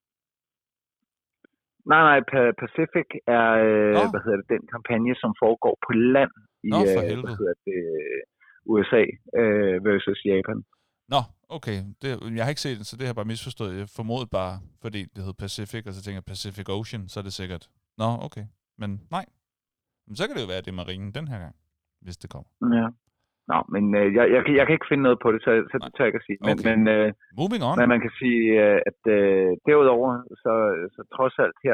Nej, Pacific er den kampagne, som foregår på land i USA versus Japan. Nå, okay. Jeg har ikke set den, så det har jeg bare misforstået. Jeg formodede bare, fordi det hed Pacific, og så tænker jeg Pacific Ocean, så er det sikkert. Nå, okay. Men nej. Men så kan det jo være, at det er marinen den her gang, hvis det kommer. Ja. Nå, men jeg kan ikke finde noget på det, så det tør jeg ikke at sige. Okay. Moving on. Men man kan sige, at derudover, så trods alt her,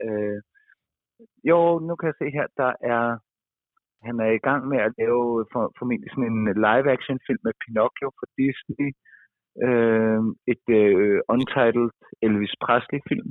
nu kan jeg se her, han er i gang med at lave formentlig sådan en live-action film med Pinocchio for Disney. Et untitled Elvis Presley-film.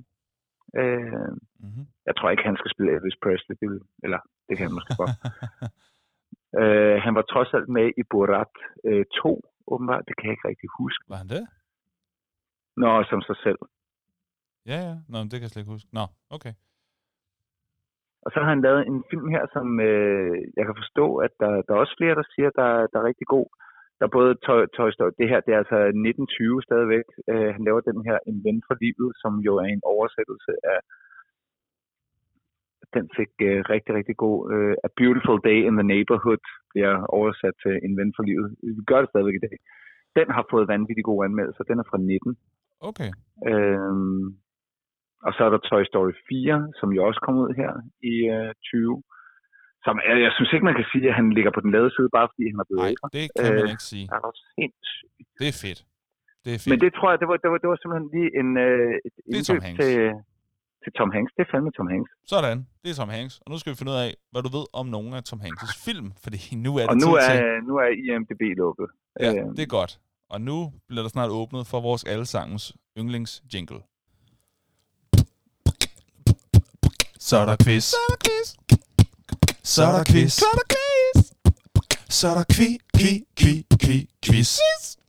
Jeg tror ikke, han skal spille Elvis Presley, eller det kan han måske godt. Han var trods alt med i Borat 2, åbenbart. Det kan jeg ikke rigtig huske. Var han det? Nå, som sig selv. Ja. Nå, det kan jeg slet ikke huske. Nå, okay. Og så har han lavet en film her, som jeg kan forstå, at der er også flere, der siger, der er rigtig god. Der er både Toy Story. Det her, det er altså 1920 stadigvæk. Han laver den her En ven for livet, som jo er en oversættelse af... Den fik rigtig, rigtig god. A Beautiful Day in the Neighborhood bliver oversat til En ven for livet. Vi gør det stadigvæk i dag. Den har fået vanvittigt gode anmeldelser. Den er fra 19. Okay. Og så er der Toy Story 4, som jo også kom ud her i 20. Som jeg synes ikke, man kan sige, at han ligger på den lade side, bare fordi han er blevet ældre. Nej, det kan man ikke sige. Det er også sindssygt. Det er fedt. Men det tror jeg, det var simpelthen lige et indkøb til Tom Hanks. Det er fandme Tom Hanks. Sådan, det er Tom Hanks. Og nu skal vi finde ud af, hvad du ved om nogle af Tom Hanks' film. Fordi nu er det nu er IMDb lukket. Ja, det er godt. Og nu bliver der snart åbnet for vores allesangens yndlingsjingle. Så er der quiz. Så er der quiz. Så er der quiz.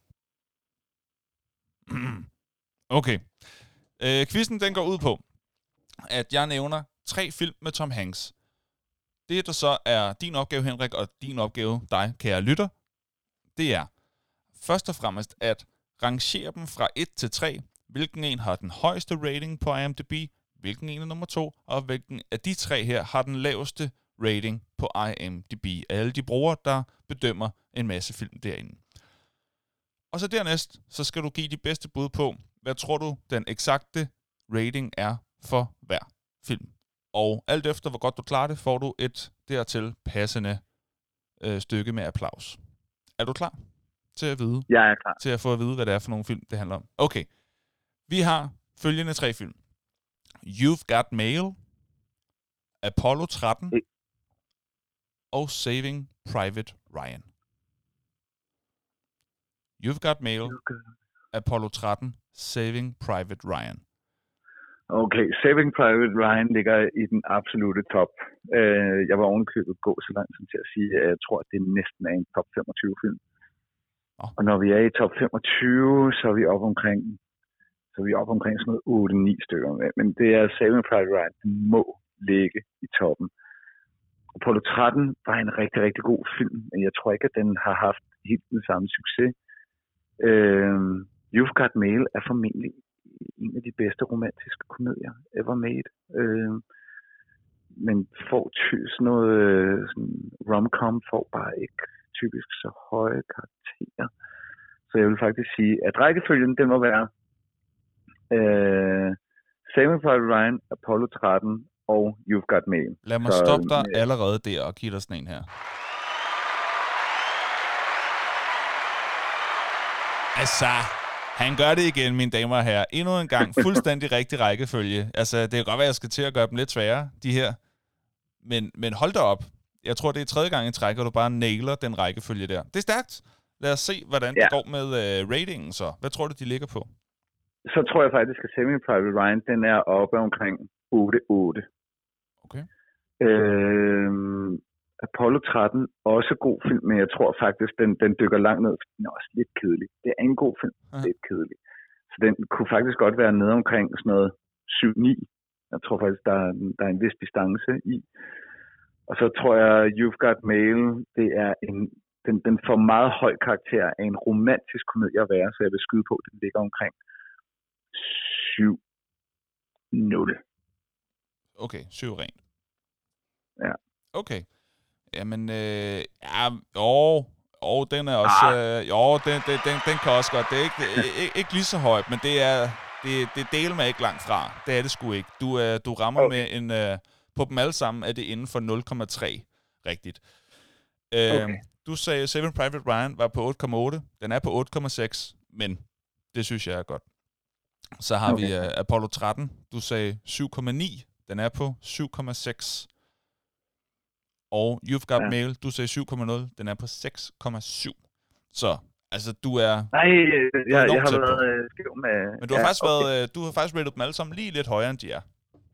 Okay. Quizzen den går ud på, at jeg nævner 3 film med Tom Hanks. Det, der så er din opgave, Henrik, og din opgave, dig, kære lytter, det er først og fremmest at rangere dem fra 1 til 3. Hvilken en har den højeste rating på IMDb, hvilken en er nummer 2, og hvilken af de 3 her har den laveste rating på IMDb. Alle de brugere, der bedømmer en masse film derinde. Og så dernæst, så skal du give de bedste bud på, hvad tror du den eksakte rating er for hver film. Og alt efter, hvor godt du klarer det, får du et dertil passende stykke med applaus. Er du klar til at vide? Jeg er klar. Til at få at vide, hvad det er for nogle film, det handler om. Okay. Vi har følgende 3 film. You've Got Mail, Apollo 13 og Saving Private Ryan. You've Got Mail, Apollo 13, Saving Private Ryan. Okay, Saving Private Ryan ligger i den absolute top. Jeg var ovenikøbet gå så langt som til at sige, at jeg tror, at det næsten er en top 25 film. Og når vi er i top 25, så er vi oppe omkring sådan noget 8-9 stykker med. Men det er Saving Private Ryan, den må ligge i toppen. Apollo 13 var en rigtig, rigtig god film, men jeg tror ikke, at den har haft helt den samme succes. You've Got Mail er formentlig en af de bedste romantiske komedier ever made. Men får sådan noget rom-com får bare ikke typisk så høje karakterer. Så jeg vil faktisk sige, at rækkefølgen den må være Saving Private Ryan, Apollo 13 og You've Got Mail. Lad mig stoppe dig allerede der og give dig sådan en her. Altså, han gør det igen, mine damer og herrer. Endnu en gang fuldstændig rigtig rækkefølge. Altså, det kan godt være, at jeg skal til at gøre dem lidt sværere, de her. Men hold da op. Jeg tror, det er tredje gang i træk, og du bare nailer den rækkefølge der. Det er stærkt. Lad os se, hvordan det går med ratingen så. Hvad tror du, de ligger på? Så tror jeg faktisk, at Saving Private Ryan, den er oppe omkring 8-8. Okay. Apollo 13, også god film, men jeg tror faktisk, den dykker langt ned. Den er også lidt kedelig. Det er en god film, lidt kedelig. Så den kunne faktisk godt være nede omkring sådan noget 7-9. Jeg tror faktisk, der er en vis distance i. Og så tror jeg, You've Got Mail, det er den får meget høj karakter af en romantisk komedie at være, så jeg vil skyde på, at den ligger omkring 7-0. Okay, 7 rent. Ja. Okay. Jamen, den er også... den kan også godt. Det er ikke lige så højt, men det deler mig ikke langt fra. Det er det sgu ikke. Du rammer med en... på dem alle sammen er det inden for 0,3 rigtigt. Du sagde, Saving Private Ryan var på 8,8. Den er på 8,6, men det synes jeg er godt. Så har vi Apollo 13. Du sagde 7,9. Den er på 7,6. Og You've Got Mail, du sagde 7,0, den er på 6,7. Så, altså, du er... Nej, jeg har været skæv med... Men du har faktisk været, du har faktisk rated dem alle sammen lige lidt højere, end de er.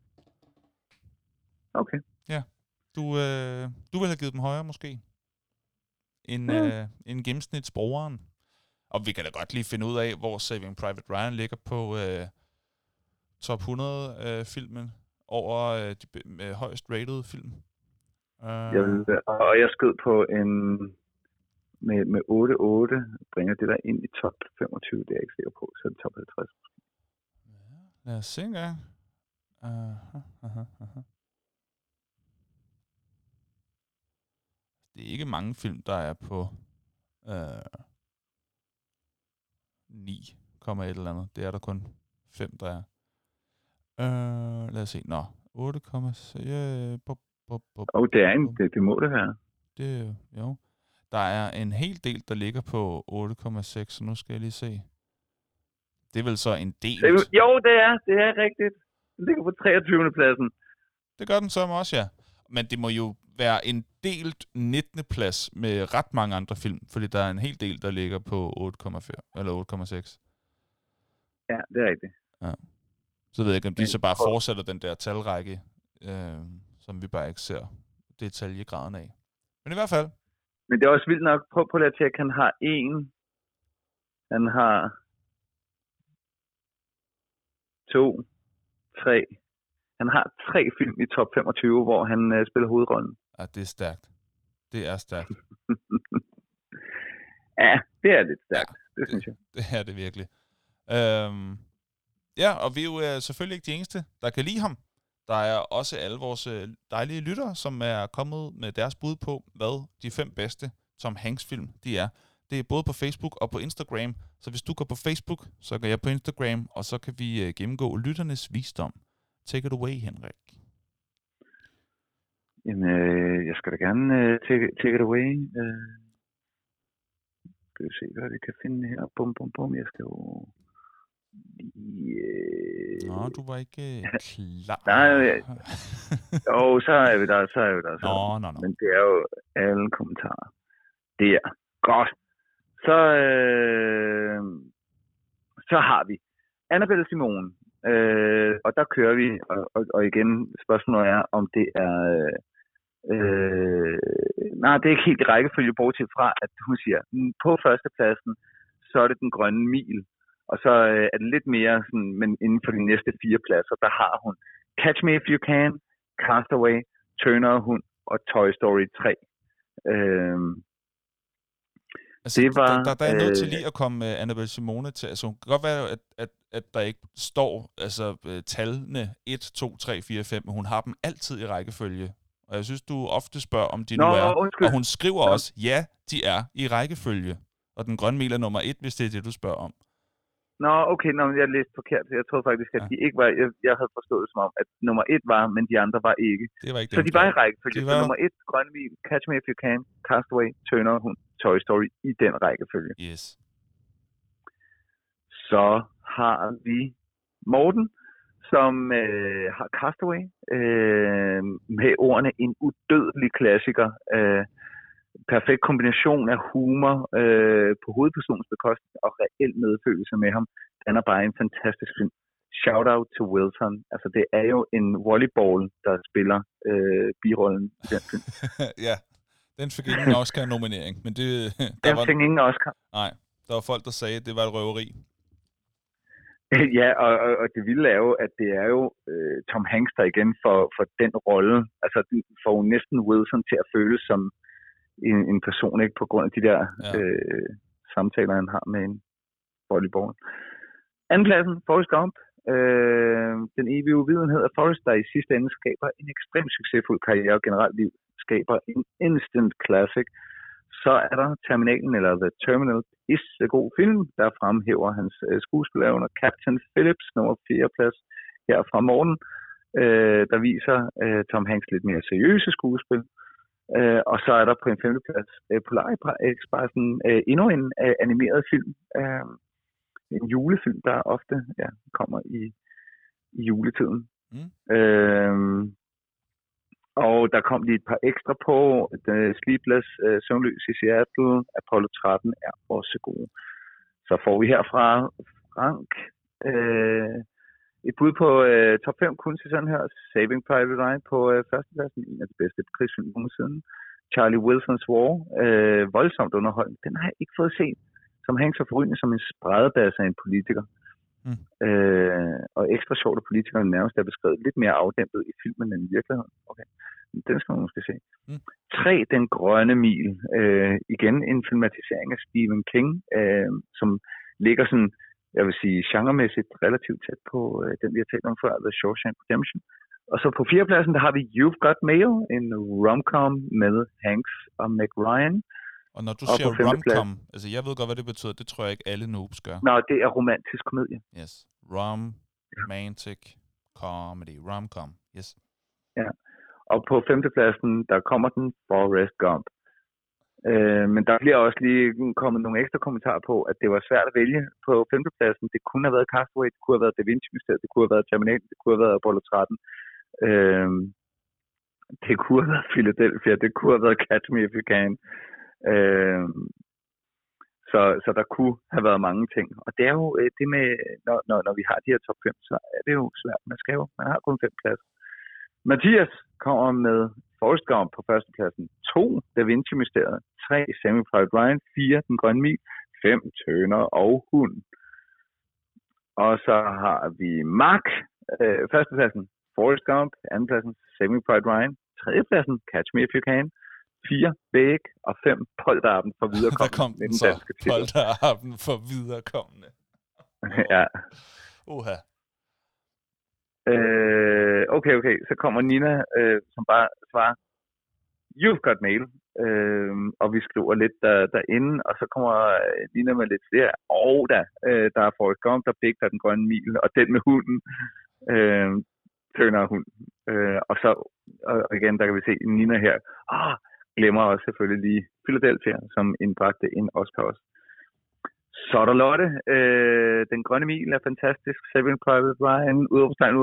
Okay. Ja. Du ville have givet dem højere, måske, end gennemsnitsbrugeren. Og vi kan da godt lige finde ud af, hvor Saving Private Ryan ligger på top 100 filmen over de højst rated film. Og jeg skød på en med 8-8, bringer det der ind i top 25, det er jeg ikke sikker på, så er det top 50. Ja, lad os se engang. Det er ikke mange film, der er på 9,1 eller andet. Det er der kun 5, der er. Lad os se. Nå, 8,6. Det må det være. Det, jo. Der er en hel del, der ligger på 8,6, så nu skal jeg lige se. Det er vel så en del. Jo, det er rigtigt. Den ligger på 23. pladsen. Det gør den så også, ja. Men det må jo være en delt 19. plads med ret mange andre film, fordi der er en hel del, der ligger på 8,4 eller 8,6. Ja, det er rigtigt. Ja. Så ved jeg ikke, om de så bare fortsætter den der talrække, som vi bare ikke ser detaljegraden af. Men i hvert fald. Men det er også vildt nok. Prøv at lade tjekke, han har en. Han har 2, 3. Han har 3 film i top 25, hvor han spiller hovedrollen. Ja, det er stærkt. Det er stærkt. Ja, det er lidt stærkt. Ja, det synes jeg. Det er det virkelig. Ja, og vi er jo selvfølgelig ikke de eneste, der kan lide ham. Der er også alle vores dejlige lyttere, som er kommet med deres bud på, hvad de 5 bedste Tom Hanks-film de er. Det er både på Facebook og på Instagram. Så hvis du går på Facebook, så går jeg på Instagram, og så kan vi gennemgå lytternes visdom. Take it away, Henrik. Jamen, jeg skal da gerne take it away. Skal vi se, hvad vi kan finde her. Bum. Jeg skal jo... Nå, du var ikke klar. Nej, jo, så er vi der. Nå. Men det er jo alle kommentarer. Det er godt. Så har vi Annabelle Simone. Og der kører vi, og igen, spørgsmålet er, om det er... nej, det er ikke helt i rækkefølge, bortset fra, at hun siger, på førstepladsen, så er det Den Grønne Mil. Og så er det lidt mere sådan, men inden for de næste 4 pladser, der har hun Catch Me If You Can, Castaway, Turner og Hund og Toy Story 3. Altså, det var, der er nødt til lige at komme Annabelle Simone til. Altså, det kan godt være, at der ikke står tallene 1, 2, 3, 4, 5, men hun har dem altid i rækkefølge. Og jeg synes, du ofte spørger, om de nu er. Undskyld. Og hun skriver også, ja, de er i rækkefølge. Og Den Grønne Mil er nummer 1, hvis det er det, du spørger om. Nå, okay, jeg læste forkert. Jeg troede faktisk, at de ikke var... Jeg havde forstået det som om, at nummer 1 var, men de andre var ikke. Det var ikke så de var i rækkefølge. Så nummer 1, Grønne Mil, Catch Me If You Can, Castaway, Turner, Hund, Toy Story i den rækkefølge. Yes. Så har vi Morten, som har Castaway med ordene en udødelig klassiker. Perfekt kombination af humor på hovedpersonens bekostning og reel medfølelse med ham. Den er bare en fantastisk film. Shout out to Wilson. Altså det er jo en volleyball, der spiller birollen i den film. Ja, den fik ingen Oscar-nominering, men det... Den fik ingen Oscar. Nej, der var folk, der sagde, at det var et røveri. Ja, og det vilde er jo, at det er jo Tom Hanks, der igen for den rolle. Altså du får jo næsten Wilson til at føles som en person, ikke, på grund af de der samtaler, han har med en volleyball. Andenpladsen, Forrest Gump. Den evige uvidenhed af Forrest, der i sidste ende skaber en ekstremt succesfuld karriere og generelt liv, skaber en instant classic. Så er der Terminalen, eller The Terminal, is en god film, der fremhæver hans skuespillerevner. Captain Phillips, nummer 4. plads her fra morgen, der viser Tom Hanks lidt mere seriøse skuespil. Og så er der på en 5. plads Polar Expressen, endnu en animeret film, en julefilm, der ofte kommer i juletiden. Og der kom lige et par ekstra på. Sleepless, Søvnløs i Seattle, Apollo 13 er også gode. Så får vi herfra Frank et bud på top 5 kun til sådan her. Saving Private Ryan på førstepladsen, en af de bedste krigsfilm nogensinde. Charlie Wilson's War, voldsomt underholdende. Den har jeg ikke fået set. Som Hanks er forrygende som en spredebas af en politiker. Og ekstra sjovt, at politikerne nærmest er beskrevet lidt mere afdæmpet i filmen end i virkeligheden. Okay. Den skal man måske se. 3. Den grønne mil. Igen en filmatisering af Stephen King, som ligger sådan, jeg vil sige, genremæssigt relativt tæt på den, vi har talt om før, The Shawshank Redemption. Og så på 4. pladsen, der har vi You've Got Mail, en rom-com med Hanks og Meg Ryan. Og når du siger rom-com, altså jeg ved godt, hvad det betyder, det tror jeg ikke alle noobs gør. Nå, det er romantisk komedie. Yes, romantic comedy, rom-com, yes. Ja, og på 5. pladsen, der kommer den Forrest Gump. Men der bliver også lige kommet nogle ekstra kommentarer på, at det var svært at vælge på 5. pladsen. Det kunne have været Castaway, det kunne have været Da Vinci-mysteriet, det kunne have været Terminal, det kunne have været Apollo 13. Det kunne have været Philadelphia, det kunne have været Catch Me If You Can. Så der kunne have været mange ting. Og det er jo det med, når vi har de her top 5, så er det jo svært. Man har kun 5 pladser. Mathias kommer med Forrest Gump på førstepladsen. 2. Da Vinci-mysteriet. 3. Saving Private Ryan. 4. Den grønne mil. 5. Tønder og hund. Og så har vi Mark. Førstepladsen Forrest Gump. Andenpladsen Saving Private Ryan. 3. pladsen Catch Me If You Can. 4. Væg og 5. Polterappen for viderekommende. Der kom den så. Polterappen for viderekommende. Ja. Uha. Okay. Så kommer Nina, som bare svarer, You've Got Mail. Og vi skriver lidt derinde, og så kommer Nina med lidt flere. Der er Forrest Gump, der Big, der den grønne mil, og den med hunden. Tønder hunden. Og så og igen, der kan vi se Nina her. Glemmer også selvfølgelig lige Philadelphia, som indbragte en Oscar også. Så er der Lotte. Den grønne mil er fantastisk. Saving Private Ryan. Udopstegn.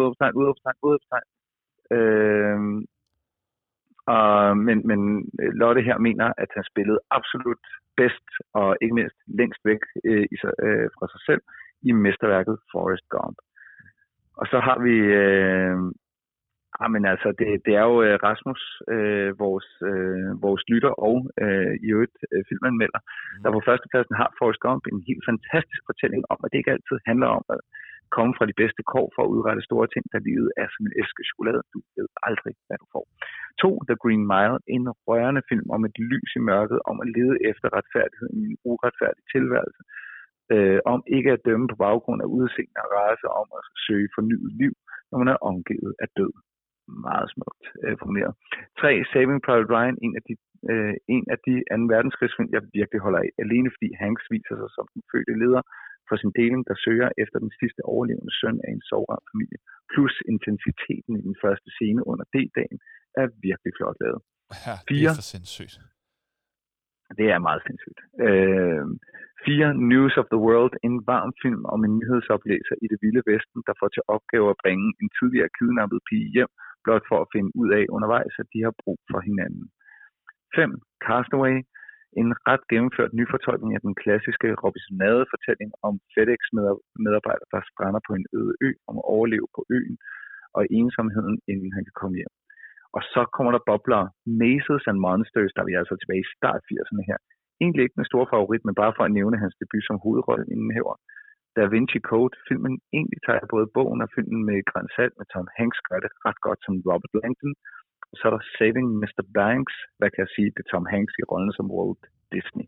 Men Lotte her mener, at han spillede absolut bedst og ikke mindst længst væk fra sig selv i mesterværket Forrest Gump. Og så har vi... men altså, det er jo Rasmus, vores lytter og i øvrigt filmanmelder, der på førstepladsen har Forrest Gump en helt fantastisk fortælling om, at det ikke altid handler om at komme fra de bedste kår for at udrette store ting, da livet er som en æske chokolade. Du ved aldrig, hvad du får. 2. The Green Mile, en rørende film om et lys i mørket, om at lede efter retfærdighed i en uretfærdig tilværelse, om ikke at dømme på baggrund af udseende og race, om at søge fornyet liv, når man er omgivet af død. Meget smukt formuleret. 3. Saving Private Ryan, en af de 2. verdenskrigsfilm, jeg virkelig holder af. Alene fordi Hanks viser sig som den fødte leder for sin deling, der søger efter den sidste overlevende søn af en sorgramt familie. Plus intensiteten i den første scene under D-dagen er virkelig flot lavet. Ja, det er for sindssygt. Det er meget sindssygt. 4. News of the World, en varm film om en nyhedsoplæser i det vilde vesten, der får til opgave at bringe en tidligere kidnappet pige hjem, blot for at finde ud af undervejs, at de har brug for hinanden. 5. Castaway, en ret gennemført nyfortolkning af den klassiske Robinson-fortælling om FedEx-medarbejder, der strander på en øde ø om at overleve på øen og ensomheden, inden han kan komme hjem. Og så kommer der bobler Mazes and Monsters, der er vi altså tilbage i start 80'erne her. Egentlig ikke den store favorit, men bare for at nævne hans debut som hovedrolleindehaver. Da Vinci Code, filmen egentlig tager både bogen og filmen med Grand Salt med Tom Hanks, gør det ret godt som Robert Langdon. Og så er der Saving Mr. Banks, hvad kan jeg sige, det er Tom Hanks i rollen som Walt Disney.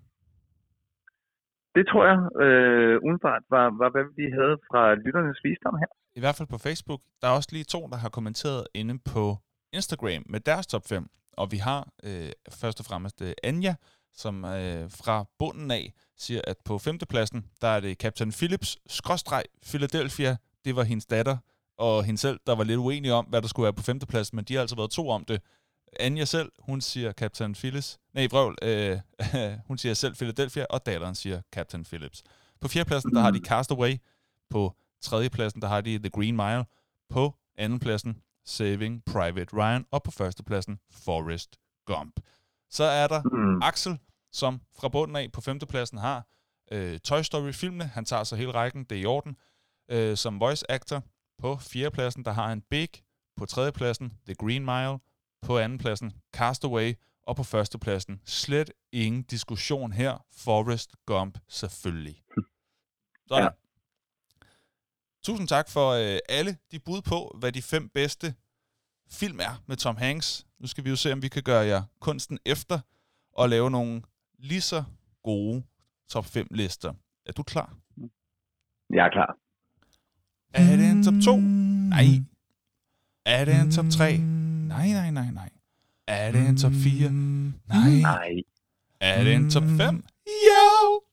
Det tror jeg umiddelbart var, hvad vi havde fra lytternes visdom her. I hvert fald på Facebook. Der er også lige 2, der har kommenteret inde på Instagram med deres top 5. Og vi har først og fremmest Anja, som fra bunden af siger, at på 5. pladsen, der er det Captain Phillips, Philadelphia, det var hendes datter, og hende selv, der var lidt uenige om, hvad der skulle være på 5. pladsen, men de har altså været 2 om det. Anja selv, hun siger Captain Phillips, hun siger selv Philadelphia, og datteren siger Captain Phillips. På 4. pladsen, der har de Castaway, på 3. pladsen, der har de The Green Mile, på 2. pladsen, Saving Private Ryan, og på 1. pladsen, Forrest Gump. Så er der Axel, som fra bunden af på 5. pladsen har Toy Story-filmene. Han tager så hele rækken, det er i orden. Som voice actor på 4. pladsen, der har han Big. På 3. pladsen, The Green Mile. På 2. pladsen, Castaway. Og på 1. pladsen, slet ingen diskussion her, Forrest Gump selvfølgelig. Sådan. Ja. Tusind tak for alle de bud på, hvad de 5 bedste film er med Tom Hanks. Nu skal vi jo se, om vi kan gøre jer kunsten efter og lave nogle lige så gode top 5 lister. Er du klar? Jeg er klar. Er det en top 2? Nej. Er det en top 3? Nej. Er det en top 4? Nej. Er det en top 5? Jo!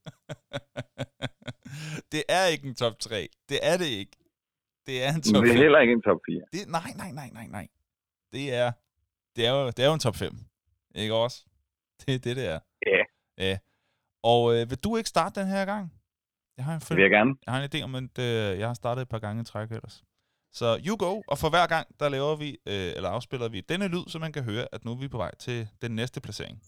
Det er ikke en top 3. Det er det ikke. Det er en top 5. Det er heller ikke en top 4. Nej. Det er jo en top 5. Ikke også? Det er det er. Ja. Og vil du ikke starte den her gang? Det vil jeg gerne. Jeg har en idé om, at jeg har startet et par gange i træk ellers. Så you go, og for hver gang, der laver vi, eller afspiller vi denne lyd, så man kan høre, at nu er vi på vej til den næste placering.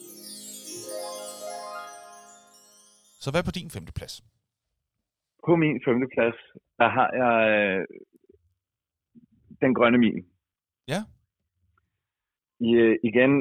Så hvad er på din 5. plads? På min 5. plads, der har jeg Den Grønne Mil. Ja. Igen,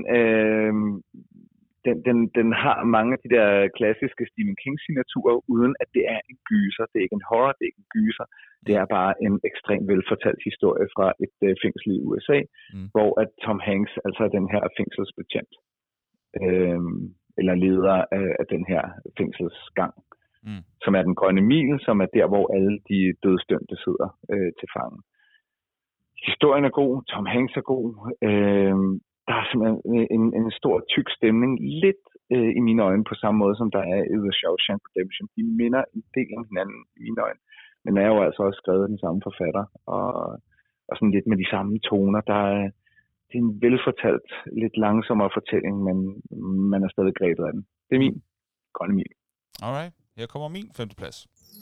den har mange af de der klassiske Stephen King-signaturer, uden at det er en gyser. Det er ikke en horror, det er ikke en gyser. Det er bare en ekstremt velfortalt historie fra et fængsel i USA, hvor at Tom Hanks altså er den her fængselsbetjent, eller leder af den her fængselsgang, som er Den Grønne Mil, som er der, hvor alle de dødsdømte sidder til fange. Historien er god, Tom Hanks er god, der er simpelthen en stor tyk stemning, lidt i mine øjne på samme måde, som der er i The Shawshank Redemption. De minder en del om hinanden i mine øjne, men er jo altså også skrevet af den samme forfatter, og sådan lidt med de samme toner. Det er en velfortalt, lidt langsommere fortælling, men man er stadig grebet af den. Det er min Grønne Mil. Alright, her kommer min 5. plads.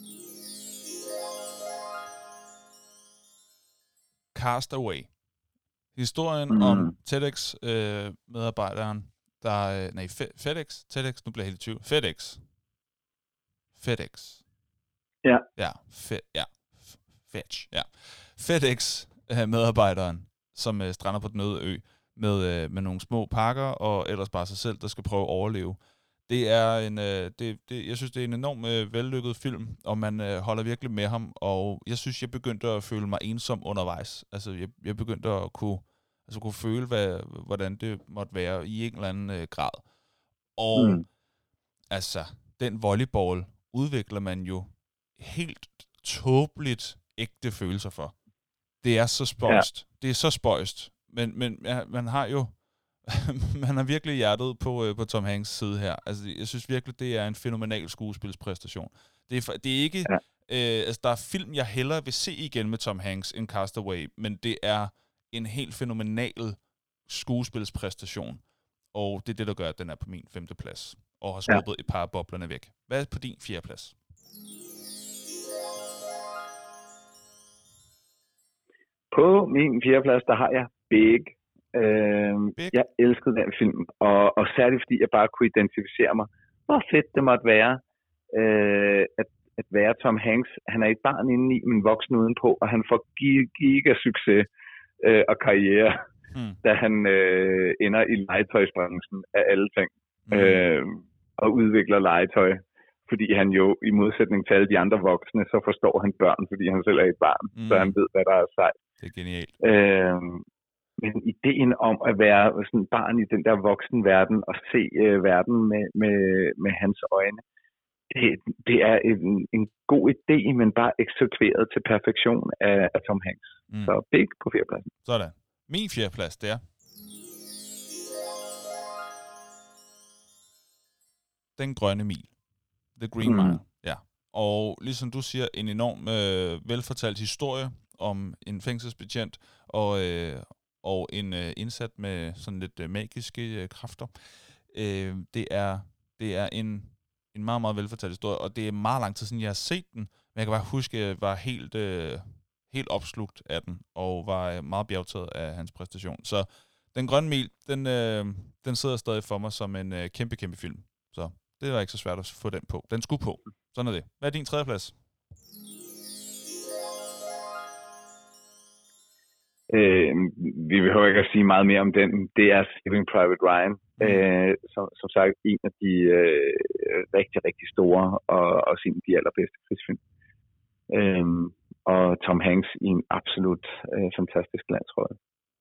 Castaway. Historien om TEDx-medarbejderen, FedEx, nu bliver jeg helt i tvivl. FedEx. Ja. FedEx-medarbejderen, som strander på den øde ø med nogle små pakker, og ellers bare sig selv, der skal prøve at overleve. Det er jeg synes, det er en enormt vellykket film, og man holder virkelig med ham, og jeg synes, jeg begyndte at føle mig ensom undervejs. Altså, jeg begyndte at kunne føle, hvordan det måtte være i en eller anden grad. Og altså, den volleyball udvikler man jo helt tåbeligt ægte følelser for. Det er så spøjst. Ja. Det er så spøjst. Men man har jo man har virkelig hjertet på Tom Hanks side her. Altså, jeg synes virkelig, det er en fænomenal skuespilspræstation. Det er ikke... Ja. Altså, der er film, jeg hellere vil se igen med Tom Hanks end Castaway, men det er en helt fænomenal skuespilspræstation. Og det er det, der gør, at den er på min 5. plads. og har skubbet et par af boblerne væk. Hvad er på din 4. plads? På min 4. plads, der har jeg Big. Big? Jeg elskede den film, og særligt fordi jeg bare kunne identificere mig, hvor fedt det måtte være, at være Tom Hanks. Han er et barn indeni, men voksen udenpå, og han får giga-succes og karriere, da han ender i legetøjsbranchen af alle ting, og udvikler legetøj. Fordi han jo, i modsætning til alle de andre voksne, så forstår han børn, fordi han selv er et barn, så han ved, hvad der er sejt. Det er genialt. Men ideen om at være sådan et barn i den der voksenverden og se verden med hans øjne, det er en god idé, men bare eksekveret til perfektion af Tom Hanks. Så Big på 4. pladsen. Sådan. Min 4. plads, det er Den grønne mil. The Green Mile. Ja. Og ligesom du siger, en enorm velfortalt historie om en fængselsbetjent og en indsat med sådan lidt magiske kræfter. Det er en meget, meget velfortalt historie, og det er meget lang tid siden, jeg har set den, men jeg kan bare huske, at jeg var helt opslugt af den, og var meget bjergtaget af hans præstation. Så Den grønne mil, den sidder stadig for mig som en kæmpe film. Så det var ikke så svært at få den på. Den skulle på. Sådan er det. Hvad er din 3. plads? Vi behøver ikke at sige meget mere om den. Det er Saving Private Ryan. Som sagt, en af de rigtig, rigtig store og også en af de allerbedste krigsfilm. Og Tom Hanks i en absolut fantastisk landsrolle.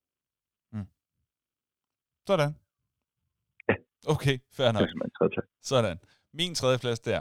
Sådan. Ja. Okay, fair nok. Sådan. Min 3. plads der.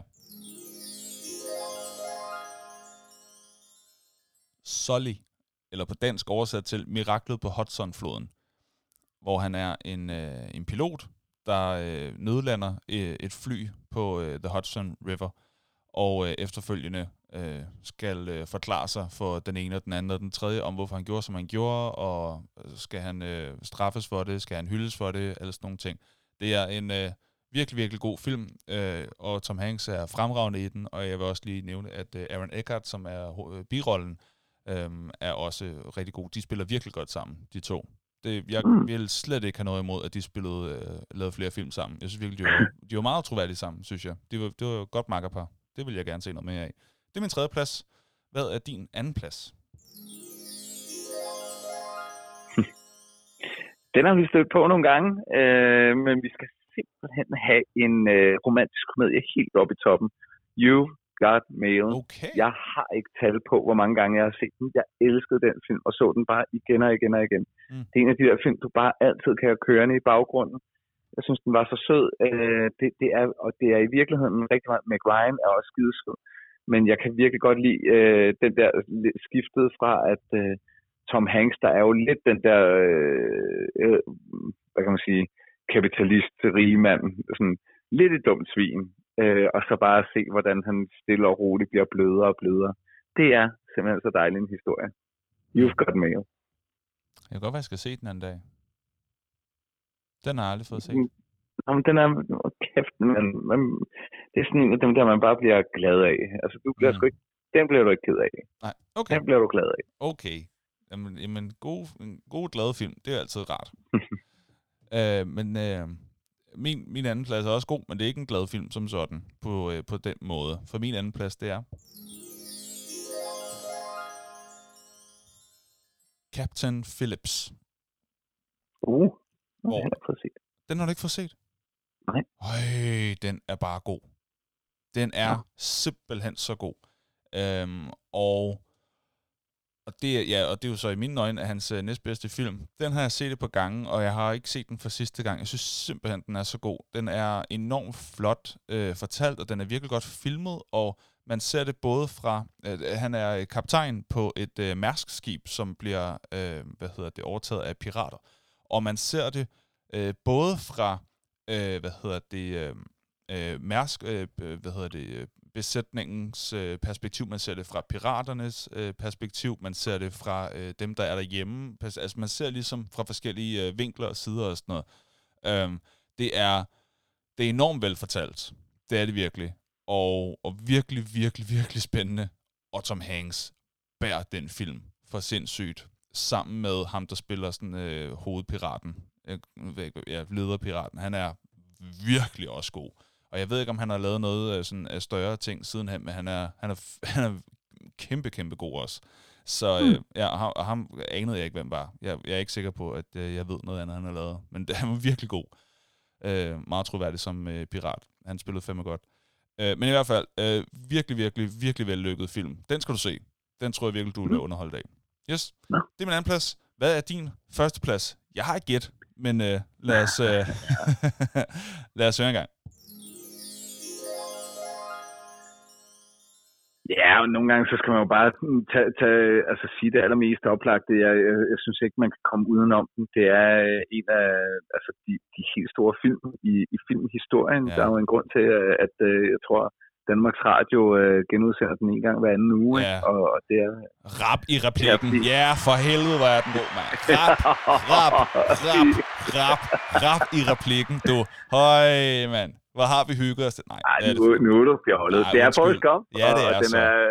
Sully, eller på dansk oversat til Miraklet på Hudsonfloden, hvor han er en pilot, der nødlander et fly på The Hudson River, og efterfølgende skal forklare sig for den ene og den anden og den tredje om, hvorfor han gjorde, som han gjorde, og skal han straffes for det, skal han hyldes for det, alle sådan nogle ting. Det er en virkelig, virkelig god film, og Tom Hanks er fremragende i den, og jeg vil også lige nævne, at Aaron Eckhart, som er birollen, er også rigtig god. De spiller virkelig godt sammen, de to. Jeg vil slet ikke have noget imod, at de lavede flere film sammen. Jeg synes virkelig, de var meget troværdige sammen, synes jeg. Det var godt makkerpar. Det vil jeg gerne se noget mere af. Det er min 3. plads. Hvad er din 2. plads? Den har vi stødt på nogle gange, men vi skal simpelthen have en romantisk komedie helt oppe i toppen. You've Got Mail. Okay. Jeg har ikke tal på, hvor mange gange jeg har set den. Jeg elskede den film og så den bare igen og igen og igen. Det er en af de der film, du bare altid kan have kørende i baggrunden. Jeg synes, den var så sød. Det er i virkeligheden rigtig meget. Meg Ryan er også skidesød. Men jeg kan virkelig godt lide den der skiftet fra, at Tom Hanks, der er jo lidt den der, hvad kan man sige, kapitalist, rigmand, sådan lidt et dumt svin. Og så bare se, hvordan han stille og roligt bliver blødere og blødere. Det er simpelthen så dejlig en historie. You've Got Mail. Jeg kan godt være, jeg skal se den anden dag. Den har jeg aldrig fået set. Jamen, den er kæft, men det er sådan en af dem, der man bare bliver glad af. Altså, du bliver sgu ikke, den bliver du ikke ked af. Nej, okay. Den bliver du glad af. Okay. Jamen en god glad film, det er altid rart. Men min 2. plads er også god, men det er ikke en glad film som sådan, på den måde. For min 2. plads, det er Captain Phillips. Den har du ikke fået set? Nej. Den er bare god. Den er simpelthen så god. Og det er jo så i mine øjne hans næstbedste film. Den har jeg set et par gange, og jeg har ikke set den for sidste gang. Jeg synes simpelthen, den er så god. Den er enormt flot fortalt, og den er virkelig godt filmet, og man ser det både fra, han er kaptajn på et Mærsk-skib, som bliver overtaget af pirater. Og man ser det både fra Mærsk, besætningens perspektiv, man ser det fra piraternes perspektiv, man ser det fra dem, der er derhjemme. Altså man ser ligesom fra forskellige vinkler og sider og sådan noget. Det er Det er enormt velfortalt. Det er det virkelig. Og virkelig, virkelig, virkelig spændende. Og Tom Hanks bærer den film for sindssygt. Sammen med ham, der spiller sådan hovedpiraten. Lederpiraten. Han er virkelig også god. Og jeg ved ikke, om han har lavet noget sådan af større ting sidenhen, men han er kæmpe, kæmpe god også. Så ham anede jeg ikke, hvem var. Jeg er ikke sikker på, at jeg ved noget andet, han har lavet. Men han var virkelig god. Meget troværdig som pirat. Han spillede fandme godt. Men i hvert fald, virkelig, virkelig, virkelig vellykket film. Den skal du se. Den tror jeg virkelig, du vil underholde af. Yes. Det er min anden plads. Hvad er din første plads? Jeg har ikke gæt, men lad os høre en gang. Ja, og nogle gange så skal man jo bare sige det allermest oplagte. Jeg synes ikke, man kan komme udenom den. Det er en af de helt store film i filmhistorien. Ja. Der er jo en grund til, at jeg tror, Danmarks Radio genudsender den en gang hver anden uge. Ja. Og det er... Rap i replikken. Ja, for helvede, hvor er den god, mand. Rap i replikken, du. Høj, mand. Hvor har vi hygget os? Nej, nu er du fjollet. Det er Forrest Gump, ja, det er og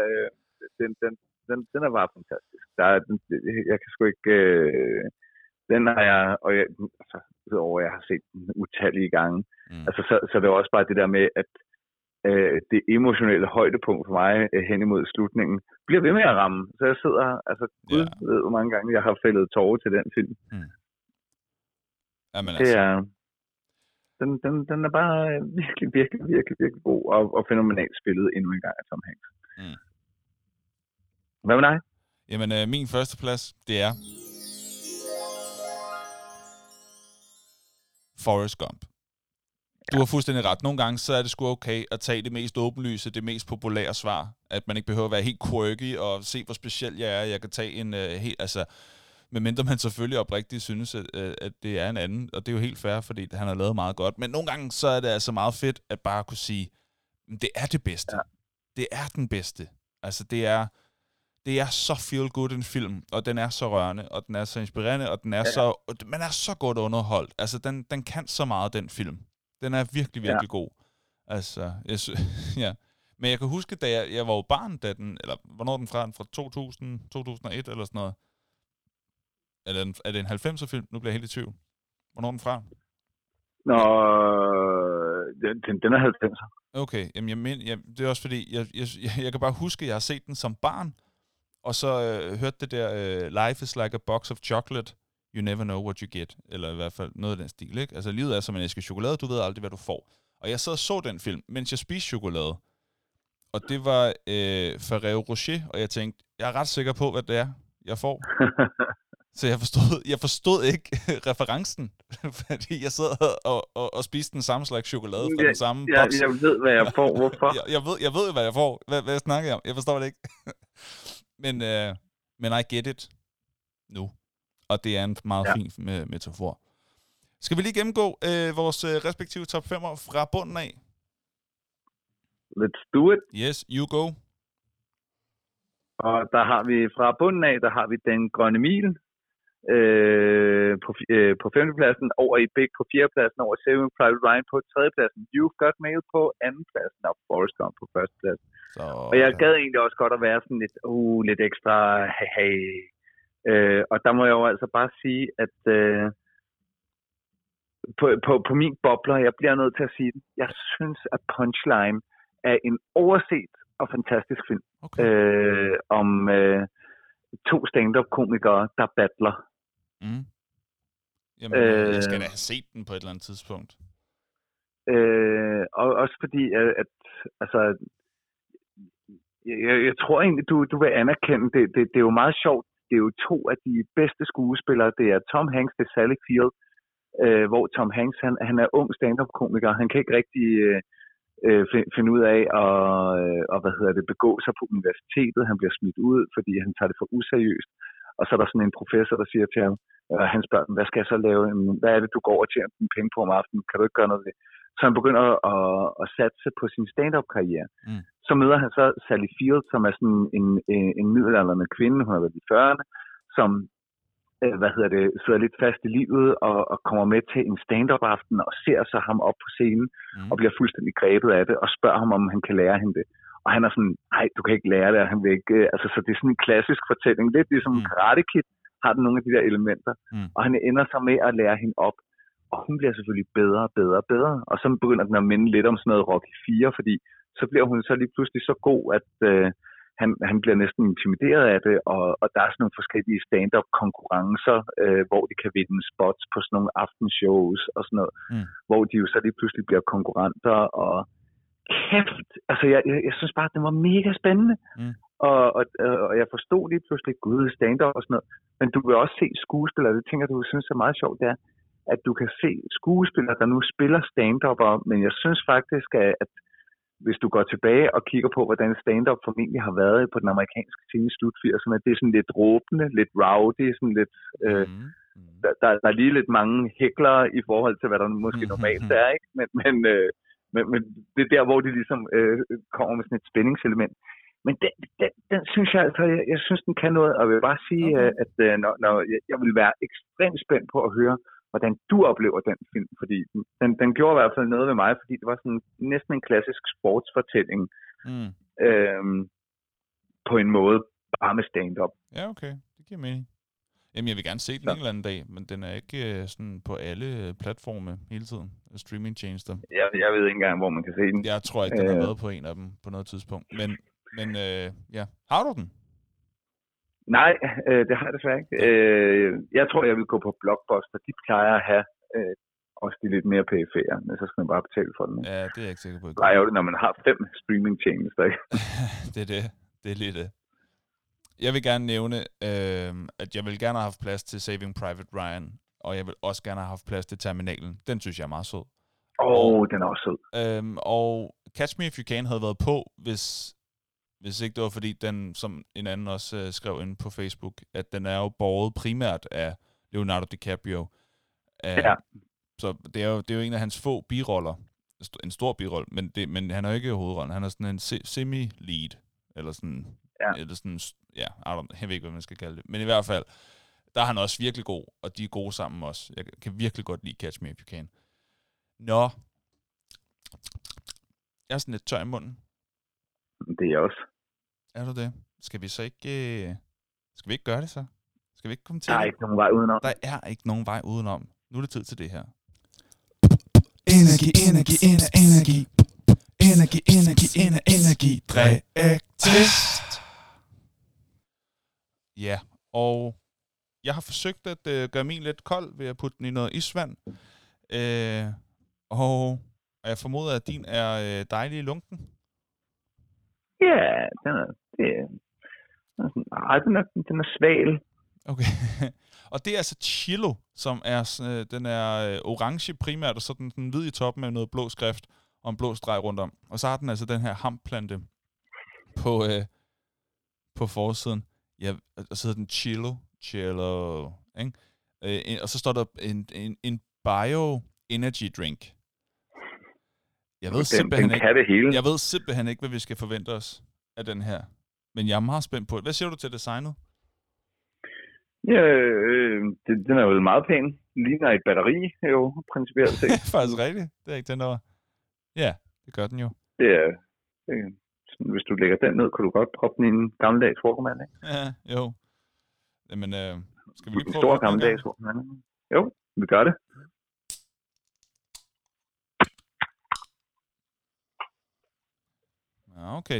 den er bare fantastisk. Jeg kan sgu ikke... den har jeg... Og udover jeg har set den utallige gange. Så det er også bare det der med, at det emotionelle højdepunkt for mig hen imod slutningen bliver ved med at ramme. Så jeg sidder... Gud ved, hvor mange gange jeg har fældet tårer til den film. Jamen, det er... Den er bare virkelig, virkelig, virkelig, virkelig god og fænomenalt spillet endnu en gang af Tom Hanks. Hvad med dig? Jamen, min første plads, det er Forrest Gump. Du har fuldstændig ret. Nogle gange så er det sgu okay at tage det mest åbenlyse, det mest populære svar. At man ikke behøver at være helt quirky og se, hvor speciel jeg er. Jeg kan tage en helt... medmindre man selvfølgelig oprigtigt synes, at det er en anden. Og det er jo helt fair, fordi han har lavet meget godt. Men nogle gange så er det altså meget fedt at bare kunne sige, det er det bedste. Ja. Det er den bedste. Altså det er så feel good en film, og den er så rørende, og den er så inspirerende, og man er så godt underholdt. Altså den kan så meget, den film. Den er virkelig, virkelig god. Altså, ja. Men jeg kan huske, da jeg var jo barn, eller hvornår er den fra 2000, 2001 eller sådan noget. Er det en 90'er film? Nu bliver jeg helt i tvivl. Hvornår er den fra? Nå, den er 90'er. Okay, jamen det er også fordi, jeg kan bare huske, at jeg har set den som barn, og så hørte det der, Life is like a box of chocolate, you never know what you get, eller i hvert fald noget af den stil, ikke? Altså livet er som en æske chokolade, du ved aldrig, hvad du får. Og jeg sad og så den film, mens jeg spiste chokolade. Og det var Ferrero Rocher, og jeg tænkte, jeg er ret sikker på, hvad det er, jeg får. Så jeg forstod ikke referencen, fordi jeg sad og spiste den samme slags chokolade fra den samme boks. Jeg ved, hvad jeg får. Hvorfor? jeg ved, hvad jeg får. Hvad snakker jeg om? Jeg forstår det ikke. men I get it nu. Og det er en meget fin metafor. Skal vi lige gennemgå vores respektive top 5'er fra bunden af? Let's do it. Yes, you go. Og der har vi fra bunden af, der har vi Den Grønne Mil på 5. pladsen, over i Big på 4. pladsen, over Saving Private Ryan på 3. pladsen, You've Got Mail på 2. pladsen, og Forrest Gump på 1. pladsen. Og jeg gad egentlig også godt at være sådan lidt ekstra hey. Og der må jeg jo altså bare sige, at på min bobler, jeg bliver nødt til at sige det, jeg synes, at Punchline er en overset og fantastisk film. Om 2 stand-up-komikere, der battler. Jamen, jeg skal da have set den på et eller andet tidspunkt. Og også fordi, at altså, jeg tror egentlig, du vil anerkende, det er jo meget sjovt. Det er jo 2 af de bedste skuespillere. Det er Tom Hanks, det er Sally Field, hvor Tom Hanks, han er ung stand-up-komiker. Han kan ikke rigtig finde ud af at begå sig på universitetet. Han bliver smidt ud, fordi han tager det for useriøst. Og så er der sådan en professor, der siger til ham, han spørger, hvad skal jeg så lave? Hvad er det, du går og tjener dine penge på om aftenen? Kan du ikke gøre noget ved det? Så han begynder at satse på sin stand-up-karriere. Så møder han så Sally Field, som er sådan en middelaldrende kvinde, hun har været i 40'erne, som sidder lidt fast i livet og kommer med til en stand-up-aften og ser så ham op på scenen og bliver fuldstændig grebet af det og spørger ham, om han kan lære hende det. Og han er sådan, nej, du kan ikke lære det, han vil ikke. Altså, så det er sådan en klassisk fortælling. Lidt ligesom Karate Kid har den nogle af de der elementer. Og han ender så med at lære hende op. Og hun bliver selvfølgelig bedre og bedre og bedre. Og så begynder den at minde lidt om sådan noget Rocky 4, fordi så bliver hun så lige pludselig så god, at han bliver næsten intimideret af det. Og der er sådan nogle forskellige stand-up konkurrencer, hvor de kan vinde spots på sådan nogle aftenshows og sådan noget. Hvor de jo så lige pludselig bliver konkurrenter og kæft. Altså, jeg synes bare, at det var mega spændende. Og jeg forstod lige pludselig, gud, stand-up og sådan noget. Men du vil også se skuespillere, det tænker du synes er meget sjovt, det er, at du kan se skuespillere, der nu spiller stand-upper, men jeg synes faktisk, at hvis du går tilbage og kigger på, hvordan stand-up formentlig har været på den amerikanske scene i slut 80'erne, det er sådan lidt råbende, lidt rowdy, sådan lidt, der er lige lidt mange hæklere i forhold til, hvad der måske normalt er, ikke? Men det er der, hvor de ligesom kommer med sådan et spændingselement. Men den synes jeg altså, jeg synes, den kan noget, og jeg vil bare sige, at når jeg vil være ekstremt spændt på at høre, hvordan du oplever den film, fordi den gjorde i hvert fald noget ved mig, fordi det var sådan næsten en klassisk sportsfortælling på en måde, bare med stand-up. Ja, okay. Det giver mening. Jamen, jeg vil gerne se den en eller anden dag, men den er ikke sådan på alle platforme hele tiden, streamingtjenester. Jeg ved ikke engang, hvor man kan se den. Jeg tror ikke, den har været på en af dem på noget tidspunkt. Men ja, har du den? Nej, det har jeg desværre ikke. Jeg tror, jeg vil gå på Blockbuster. De plejer at have også de lidt mere perifære, men så skal man bare betale for den. Ja, det er jeg ikke sikker på. Nej, jo, når man har 5 streamingtjenester. Det er det. Det er lige det. Jeg vil gerne nævne, at jeg vil gerne have haft plads til Saving Private Ryan, og jeg vil også gerne have haft plads til Terminalen. Den synes jeg er meget sød. Den er også sød. Og Catch Me If You Can havde været på, hvis ikke det var fordi, den, som en anden også skrev inde på Facebook, at den er jo båret primært af Leonardo DiCaprio. Så det er jo en af hans få biroller. En stor birolle, men han er jo ikke hovedrollen. Han er sådan en semi-lead, eller sådan... Eller sådan, ja, jeg ved ikke, hvad man skal kalde det. Men i hvert fald, der er han også virkelig god, og de er gode sammen også. Jeg kan virkelig godt lide Catch Me If You Can. Nå. Jeg er sådan lidt tør i munden. Det er jeg også. Er du det? Skal vi ikke gøre det så? Skal vi ikke kommentere? Der er ikke nogen vej udenom. Der er ikke nogen vej udenom. Nu er det tid til det her. Energi. Driktest. Ja, og jeg har forsøgt at gøre min lidt kold ved at putte den i noget isvand. Og jeg formoder, at din er dejlig i lunken. Ja, den er sval. Okay. Og det er altså Chillo, som er den er orange primært, og så den hvid i toppen med noget blå skrift og en blå streg rundt om. Og så har den altså den her hamplante på forsiden. Ja, og så hedder den Chillo, ikke? Og så står der en bio energy drink. Jeg ved simpelthen ikke, hvad vi skal forvente os af den her. Men jeg er meget spændt på det. Hvad siger du til designet? Ja, den er jo meget pæn. Ligner et batteri, jo, principielt set. Det er faktisk rigtigt. Det er ikke den der. Ja, det gør den jo. Det er hvis du lægger den ned, kan du godt proppe den i en gammeldags frokostmand, ikke? Ja, jo. Jamen, skal vi lige prøve? En stor gammeldags frokostmand. Jo, vi gør det. Ja, okay.